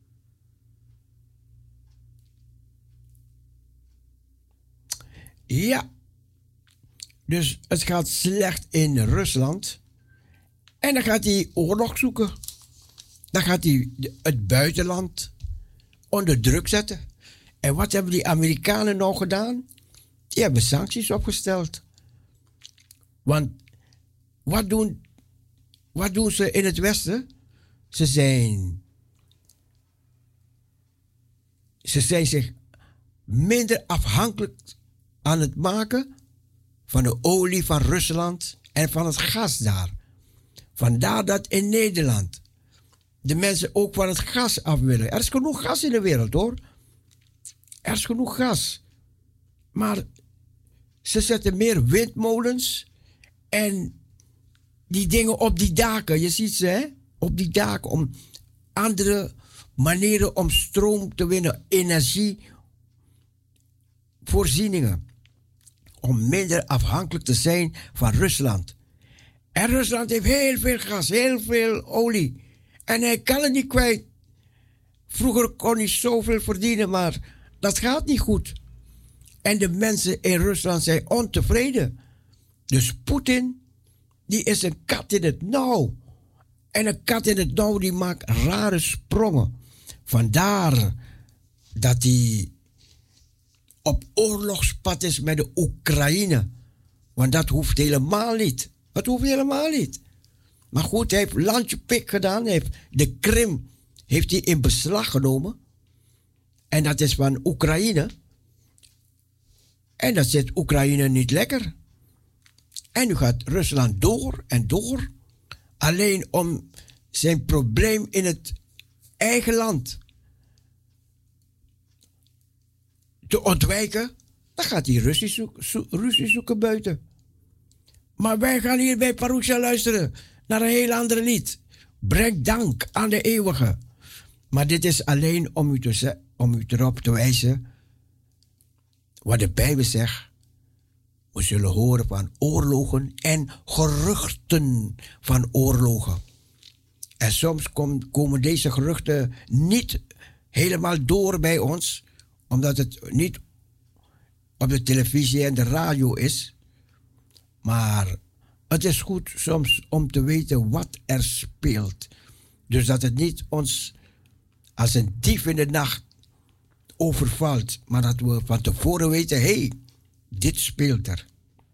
Ja, dus het gaat slecht in Rusland. En dan gaat hij oorlog zoeken. Dan gaat hij het buitenland onder druk zetten. En wat hebben die Amerikanen nou gedaan? Die hebben sancties opgesteld. Want wat doen ze in het Westen? Ze zijn zich minder afhankelijk aan het maken van de olie van Rusland en van het gas daar. Vandaar dat in Nederland de mensen ook van het gas af willen. Er is genoeg gas in de wereld, hoor. Er is genoeg gas. Maar ze zetten meer windmolens en die dingen op die daken. Je ziet ze, hè? Op die daken om andere manieren om stroom te winnen, energievoorzieningen. Om minder afhankelijk te zijn van Rusland. En Rusland heeft heel veel gas, heel veel olie. En hij kan het niet kwijt. Vroeger kon hij zoveel verdienen, maar dat gaat niet goed. En de mensen in Rusland zijn ontevreden. Dus Poetin, die is een kat in het nauw. En een kat in het nauw die maakt rare sprongen. Vandaar dat hij op oorlogspad is met de Oekraïne. Want dat hoeft helemaal niet. Dat hoeft helemaal niet. Maar goed, hij heeft landje pik gedaan. Hij heeft de Krim heeft hij in beslag genomen. En dat is van Oekraïne. En dat zit Oekraïne niet lekker. En nu gaat Rusland door en door. Alleen om zijn probleem in het eigen land te ontwijken, dan gaat hij Russisch zoeken buiten. Maar wij gaan hier bij Parousia luisteren naar een heel ander lied. Breng dank aan de eeuwige. Maar dit is alleen om u erop te wijzen wat de Bijbel zegt. We zullen horen van oorlogen en geruchten van oorlogen. En soms komen deze geruchten niet helemaal door bij ons, omdat het niet op de televisie en de radio is. Maar het is goed soms om te weten wat er speelt. Dus dat het niet ons als een dief in de nacht overvalt, maar dat we van tevoren weten, hé, dit speelt er.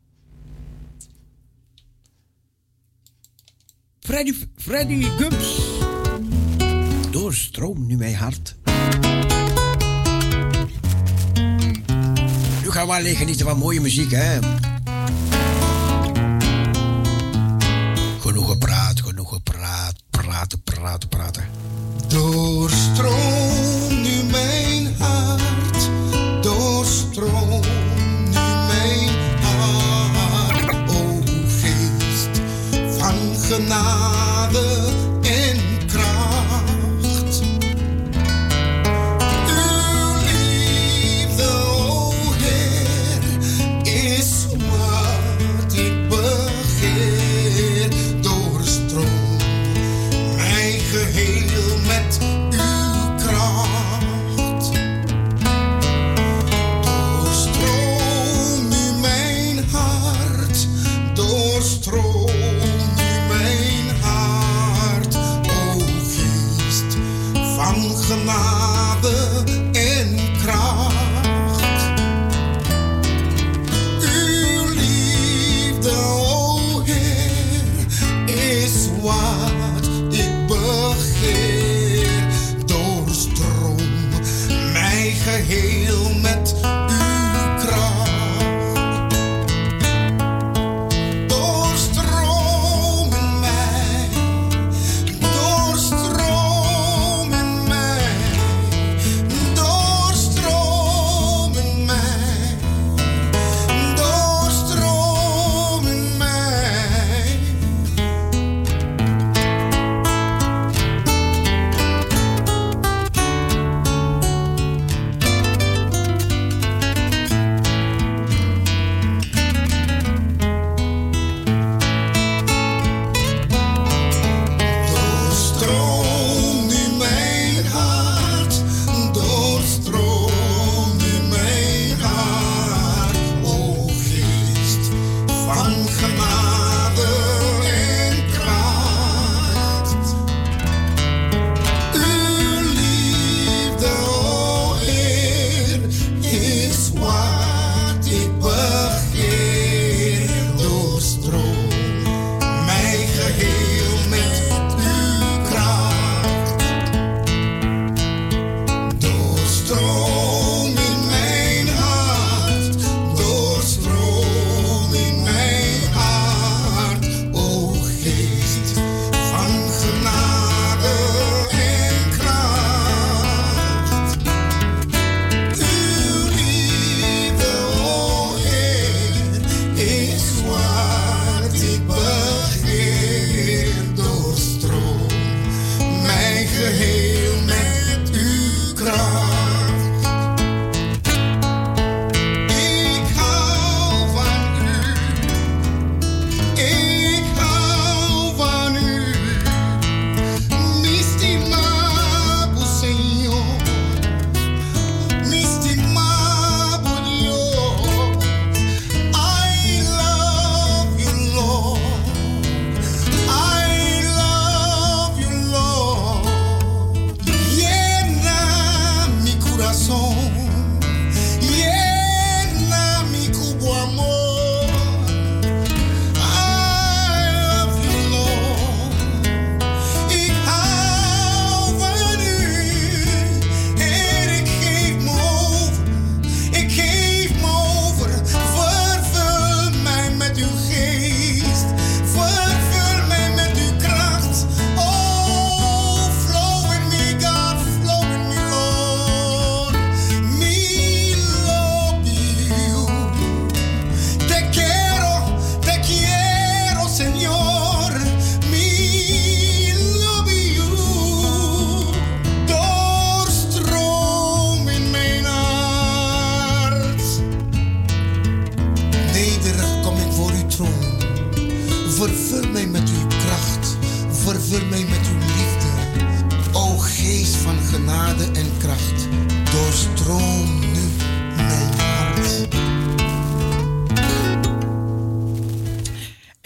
Freddy Gums. Doorstroom nu mijn hart. Nu gaan we alleen genieten van mooie muziek, hè. Genoeg gepraat, praten. Doorstroom nu mijn hart, doorstroom nu mijn hart, o geest van genade en kracht. Uw liefde, o Heer, is wat ik begeer. Doorstroom mij geheel met uw kracht. Doorstroom nu mijn hart, doorstroom nu mijn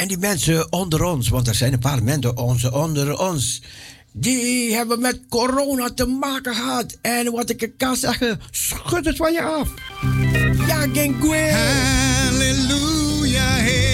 En die mensen onder ons, want er zijn een paar mensen onder ons, die hebben met corona te maken gehad. En wat ik kan zeggen, schud het van je af. Ja, Gengwe. Halleluja, hey.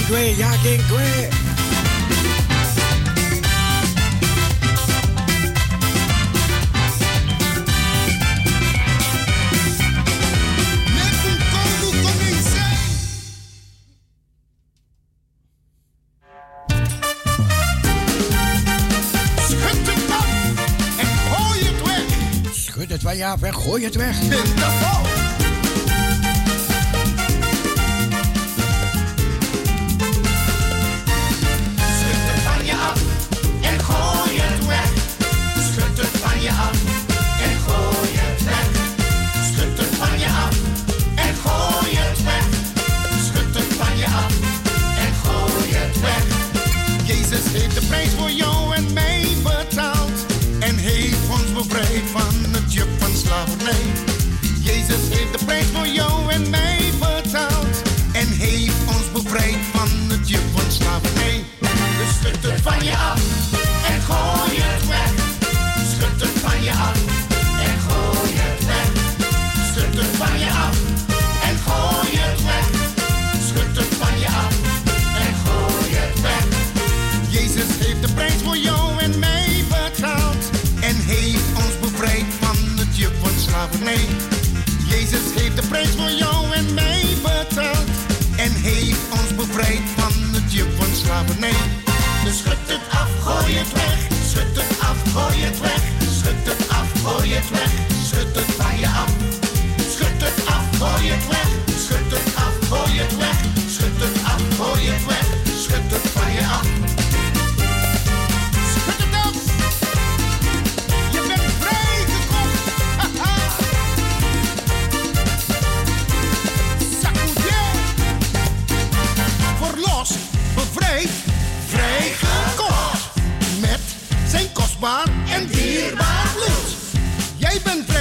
kwe, ja, geen kwe. Schud het van je af en gooi het weg. Heeft de prijs voor jou en mij betaald en heeft ons bevrijd van het juk van slavernij. Jezus heeft de prijs voor jou en mij betaald en heeft ons bevrijd van het juk van slavernij. Dus schud het van je af en gooi het weg. Schud het van je af en gooi het weg. Schud het van je af en gooi het weg. Schud het van je af en gooi het weg. Jezus heeft de prijs voor jou en mij betaald en heeft ons bevrijd van het juk van slavernij. Jezus heeft de prijs voor jou en mij betaald en heeft ons bevrijd van het juk van slavernij. Dus schud het af, gooi het weg. Schud het af, gooi het weg. Schud het af, gooi het weg. Schud het van je af. Schud het af, gooi het weg. Schud het af, gooi het weg. Schud het af, gooi het weg. Schud het van je af. Bevrijd, vrijgekocht met zijn kostbaar en dierbaar bloed. Jij bent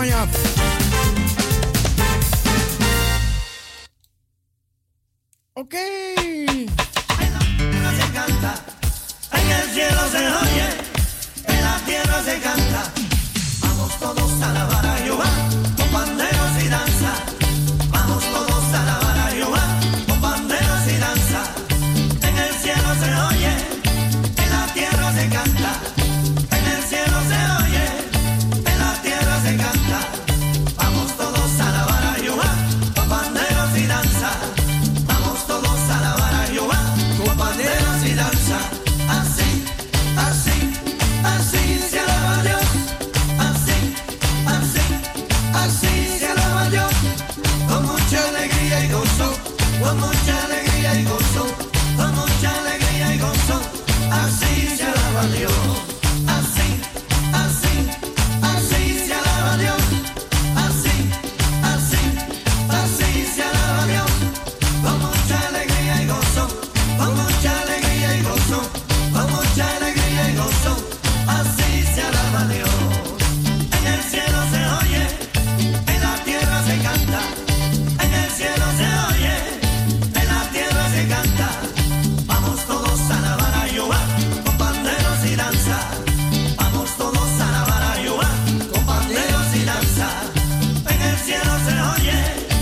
van je af. Oké. Se canta, en el cielo se oye, en la tierra se canta. Vamos todos a alabar a Jehová, con panderos y danza. Vamos todos a alabar a Jehová, con panderos y danza. En el cielo se oye, en la tierra se canta. En el cielo se oye, en la tierra se canta. Vamos todos a alabar a Jehová, con panderos y danza. Vamos todos a alabar a Jehová, con panderos y danza. Así, así, así se alaba a Dios. Así, así, así se alaba a Dios. Con mucha alegría y gozo, con mucha alegría y gozo, con mucha alegría y gozo. Así se alaba a Dios. Así, así, así se alaba a Dios. Así, así, así se alaba a Dios. Con mucha alegría y gozo, con mucha alegría y gozo, con mucha alegría y gozo. Así se alaba a Dios. En el cielo se oye, en la tierra se canta. En el cielo se oye, en la tierra se canta. Vamos todos a alabar a Jehová, con panderos y danza. Vamos todos a alabar a Jehová, con panderos y danza. En el cielo se oye,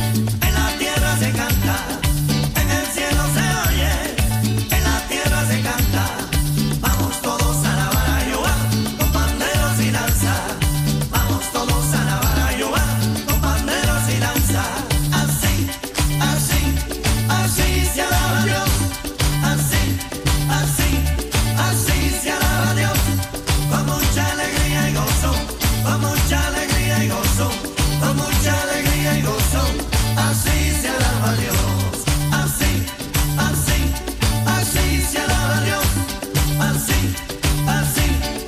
en la tierra se canta. En el cielo se oye, en la tierra se canta. Vamos todos a alabar a Jehová, con panderos y danza. Vamos todos a alabar a Jehová, con panderos y danza. Así, así, así se alaba a Dios. Así, así, así se alaba a Dios. Con mucha alegría y gozo, con mucha alegría y gozo, con mucha alegría y gozo. Así se alaba a Dios. Así, así, así se alaba a Dios. Así, así,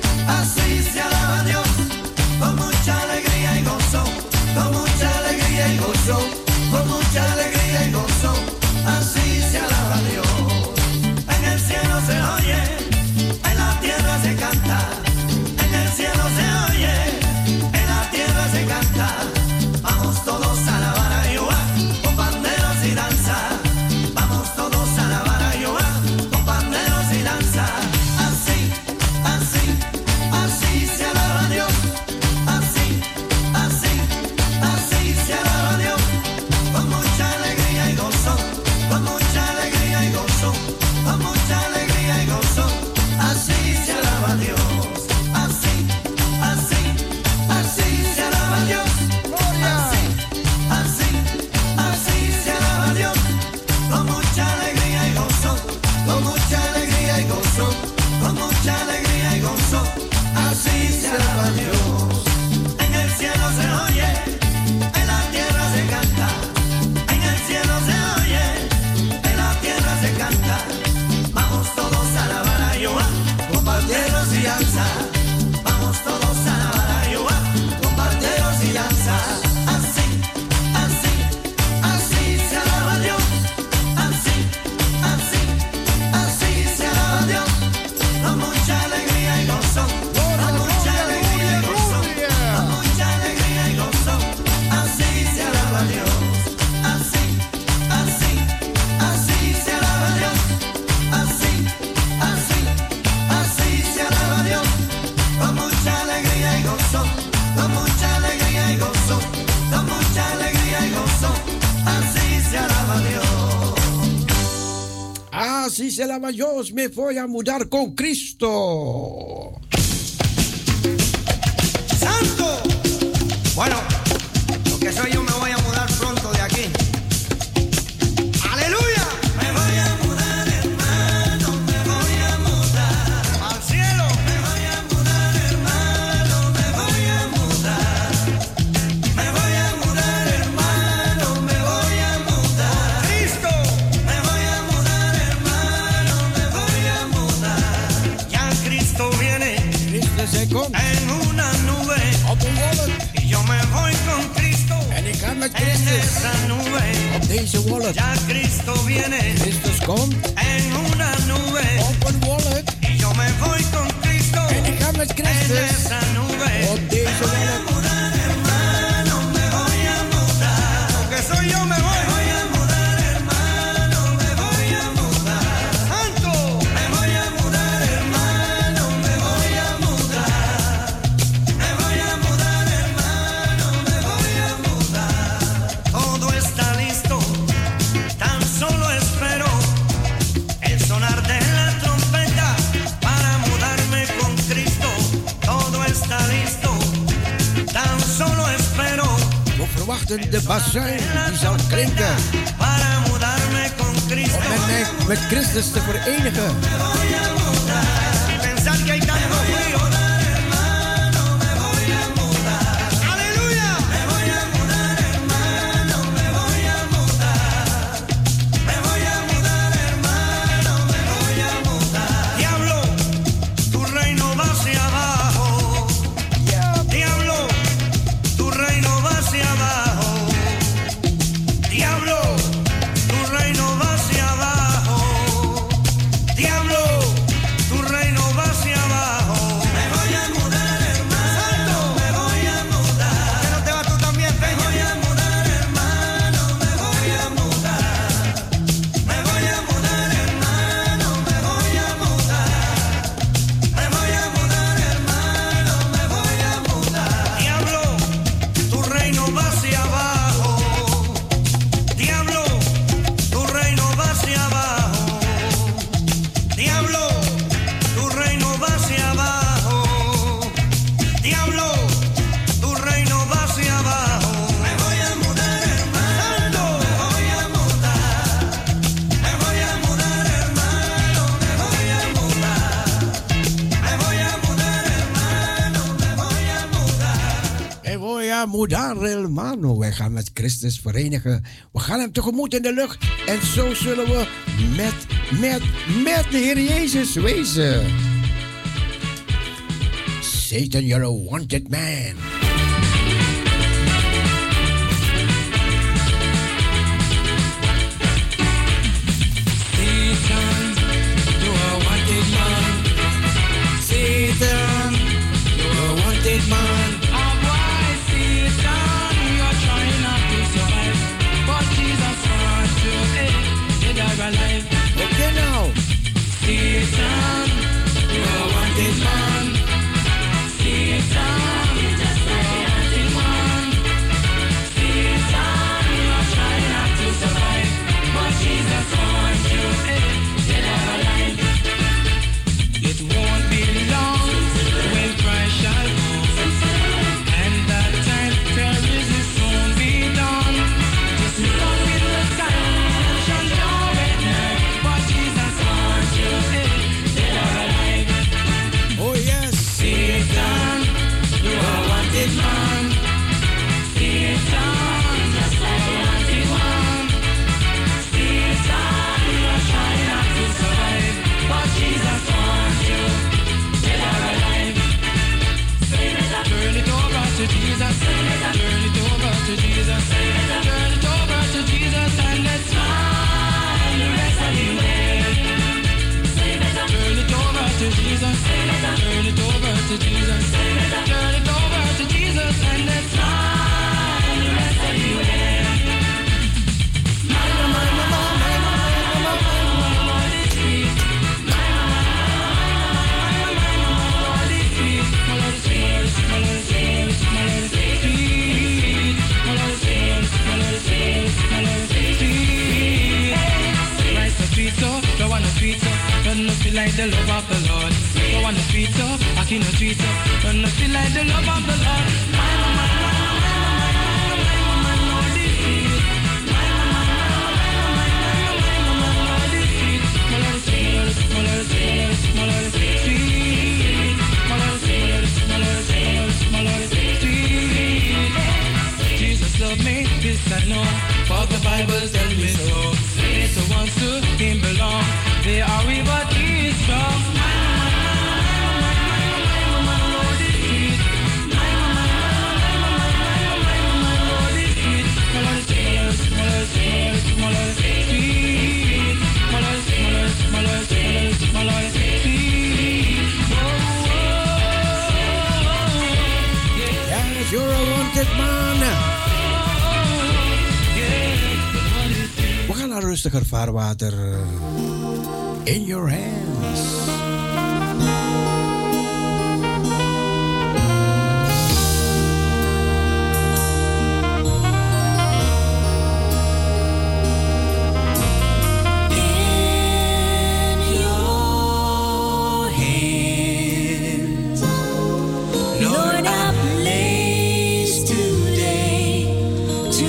así se alaba a Dios. Con mucha alegría y gozo, con mucha alegría y gozo, con mucha alegría y gozo. Así se alaba a Dios. En el cielo se oye, en la tierra se canta. En el cielo se oye, en la tierra se canta. Vamos todos a alabar a Jehová, con panderos y danza. Vamos todos a alabar a Jehová, con panderos y danza. Así, así, así se alaba a Dios. Así, así, así se alaba a Dios. Con mucha alegría y gozo, con mucha alegría y gozo, con mucha alegría y gozo. Así se alaba a Dios. Así, así, así se alaba a Dios. Así, así, así se alaba a Dios. Con mucha alegría y gozo, con mucha alegría y gozo, con mucha alegría y gozo. Así se alaba a Dios. En el cielo se oye, en la tierra se canta. En el cielo se oye, en la tierra se canta. Vamos todos a alabar a Jehová, con panderos y danza. Vamos todos a alabar a Jehová, con panderos y danza. Así, así, así se alaba a Dios. Así, así, así se alaba a Dios. Con mucha alegría y gozo, con mucha alegría y gozo, con mucha alegría y gozo. Así se alaba a Dios. Así, así, así se alaba a Dios. Así, así, así se alaba a Dios. Con mucha alegría y gozo, con mucha alegría y gozo, con mucha alegría y gozo. Así se alaba a Dios. Así se alaba a Dios, me voy a mudar con Cristo. ¡Santo! Bueno, lo que soy yo me voy a mudar pronto de aquí. ¡Aleluya! Me voy a mudar, hermano, me voy a mudar al cielo. Me voy a mudar, hermano, me voy a mudar. Me voy a mudar, hermano, me voy a mudar. Cristo, me voy a mudar, hermano, me voy a mudar. Ya Cristo viene. Cristo se komt. En una nube. Op een wolk. Y yo me voy con Cristo. En ik ga met En Christus. esa nube. Op deze wolk. Ya Cristo viene. Christus komt. En una nube. Op een wolk. Y yo me voy con Cristo. En ik ga met En Christus. esa nube. Op deze Me voy a wolk. mudar, hermano. wachten, de bazuin die zal klinken. Om met Christus te verenigen. Mudar hermano, wij gaan met Christus verenigen. We gaan hem tegemoet in de lucht. En zo zullen we met de Heer Jezus wezen. Satan, you're a wanted man. Satan, you're a wanted man. Okay now. Satan, you are a wanted man. Satan, you just like a wanted man. Satan, you are trying not to survive, but Jesus wants you dead or alive. It won't be long when Christ shall come, and that time terrors will soon be done. Just look with the time. Oh yes, Satan, you are a wanted man. Satan, just like a wanted one. Satan, you are trying not to survive, but Jesus wants you dead or alive. Turn it over to Jesus. Turn it over to Jesus. Turn it over to Jesus and let's find the rest of the way. Turn it over to Jesus. Turn it over to Jesus. Turn it over to Jesus and let's find the rest of the way. Don't wanna treat so, don't feel like the love of the Lord. Don't wanna treat so, I can't treat so, don't feel like the love of the Lord. Jesus loved me, this I know, for the Bible tells me so. It's the ones to him belong. They are we, but he is strong. Yes, you're a wanted man. We gaan naar rustiger vaarwater. In your hands. Lord, I place today to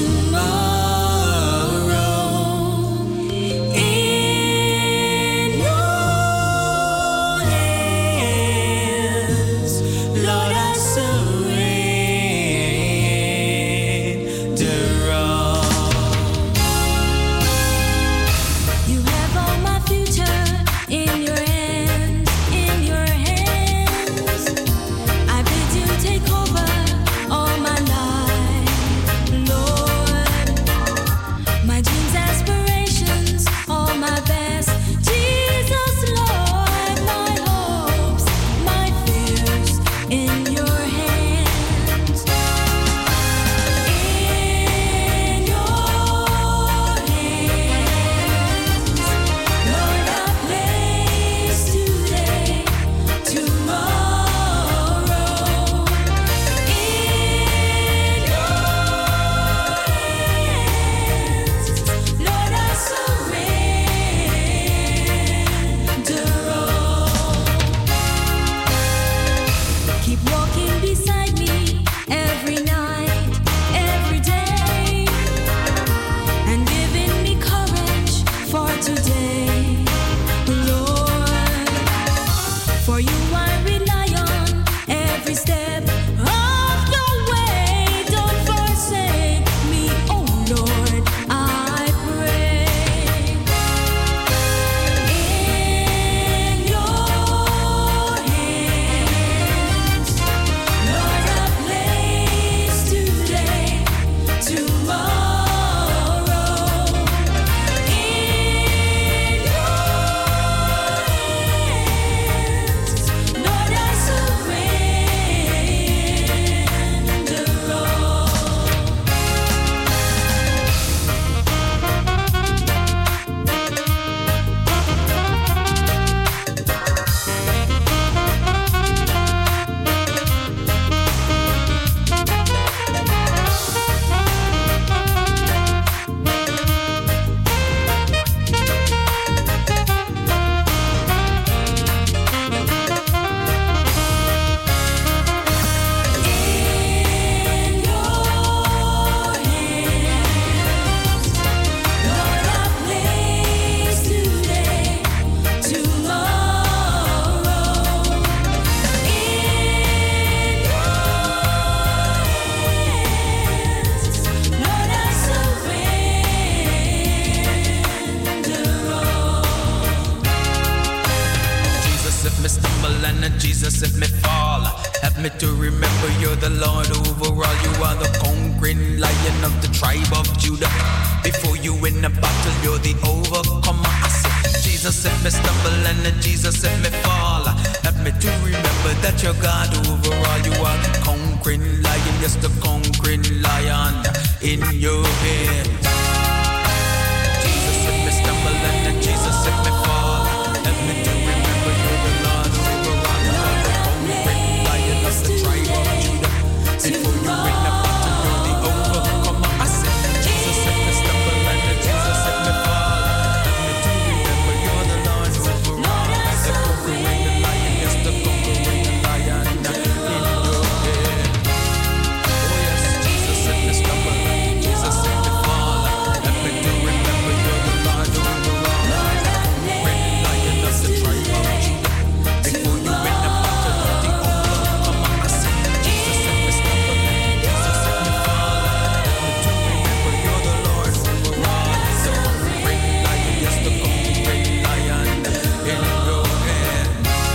and Jesus if me fall. Help me to remember you're the Lord overall. You are the conquering lion of the tribe of Judah. Before you in the battle, you're the overcomer. I say, Jesus if me stumble and Jesus if me fall. Help me to remember that you're God overall. You are the conquering lion, yes, the conquering lion in your hands. Jesus if me stumble and Jesus if me fall. Help me to remember you're the Lord overall. You are the conquering lion of the tribe of Judah. Before you in the battle, you're the overcomer. I said, Jesus if me stumble and Jesus if me fall. Help me to remember you're the Lord overall. The conquering lion, yes, the conquering lion in your head. Oh yes, Jesus if me stumble and Jesus if me fall. Help me to remember you're the Lord overall. The conquering lion of the tribe of Judah. Before you in the battle, you're the overcomer. I said, Jesus if me stumble and Jesus if me fall. Help me to remember you're the Lord overall. The conquering lion, yes, the conquering lion in your hand.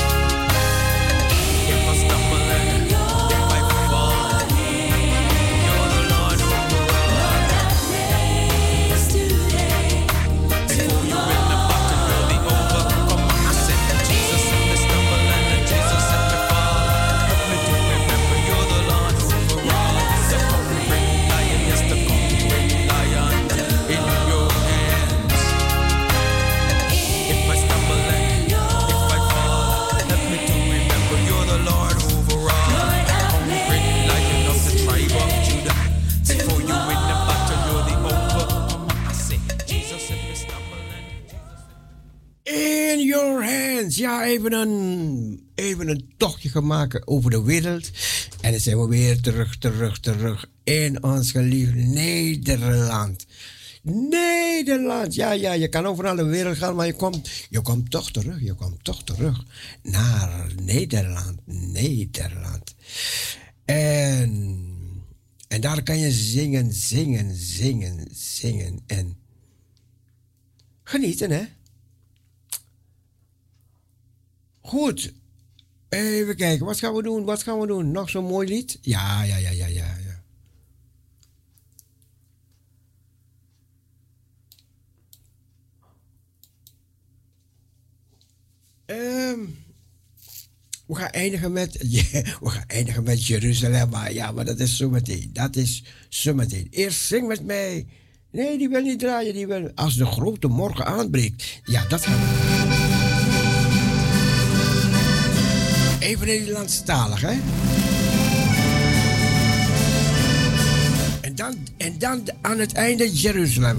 If I stumble and if I fall, you're the Lord overall. Before you in the battle, you're the overcomer. I said, Jesus if me stumble and Jesus if me fall. Help me to remember you're the Lord overall. The conquering lion, yes, the conquering lion in your hands. If I stumble and if I fall, help me to remember you're the Lord overall. The conquering lion of the tribe of Judah. Before you in the battle, you're the overcomer. I say, Jesus if me stumble and In your hands. Ja, even een tochtje gemaakt over de wereld. En dan zijn we weer terug in ons geliefde Nederland. Nederland, ja, je kan overal de wereld gaan, maar je komt toch terug naar Nederland. En daar kan je zingen en genieten, hè? Goed, even kijken, wat gaan we doen? Nog zo'n mooi lied? Ja. We gaan eindigen met Jeruzalem, maar dat is zometeen. Eerst zing met mij. Nee, die wil niet draaien, die wil als de grote morgen aanbreekt. Ja, dat gaan we. Even Nederlandstalig, hè? En dan aan het einde Jeruzalem.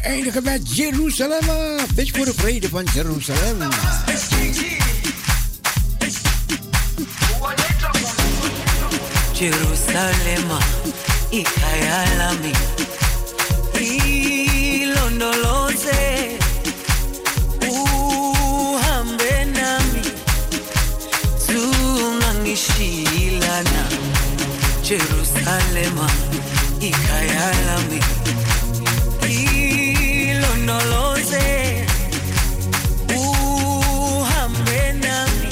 eindigen met Jeruzalem. Bid voor de vrede van Jeruzalem. Jerusalem, ikayalami, ilondoloze, uhambe nami, zungangishilana. Jerusalem, ikayalami, ilondoloze, uhambe nami,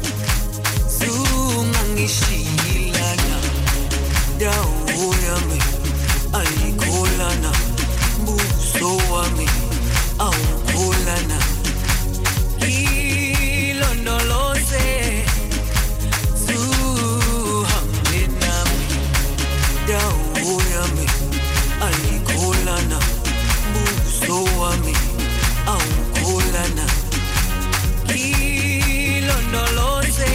zungangishilana. Dawo yami ayikholana, buso wami awukholana. Ilondoloze, zuhambe nami. Dawo yami ayikholana, buso wami awukholana. Ilondoloze.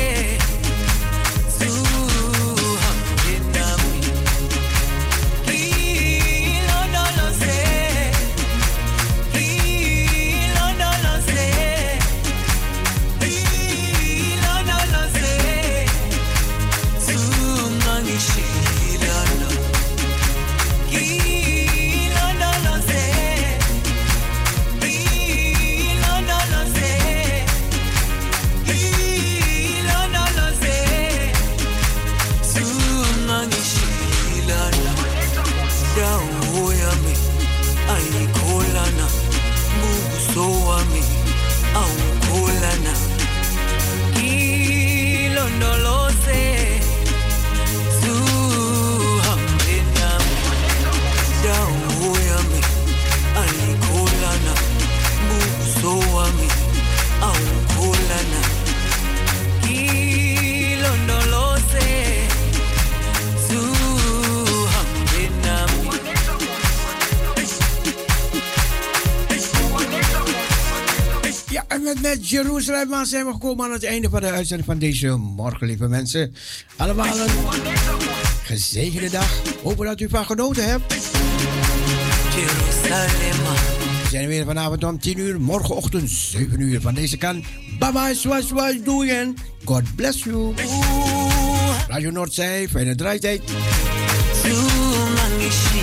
Met Jeruzalem zijn we gekomen aan het einde van de uitzending van deze morgen, lieve mensen. Allemaal een gezegende dag. Hopen dat u van genoten hebt. Jeruzalem. We zijn weer vanavond om 10 uur, morgenochtend 7 uur van deze kant. Bye bye, zoals doei. God bless you. Radio Noordzee, fijne draaitijd.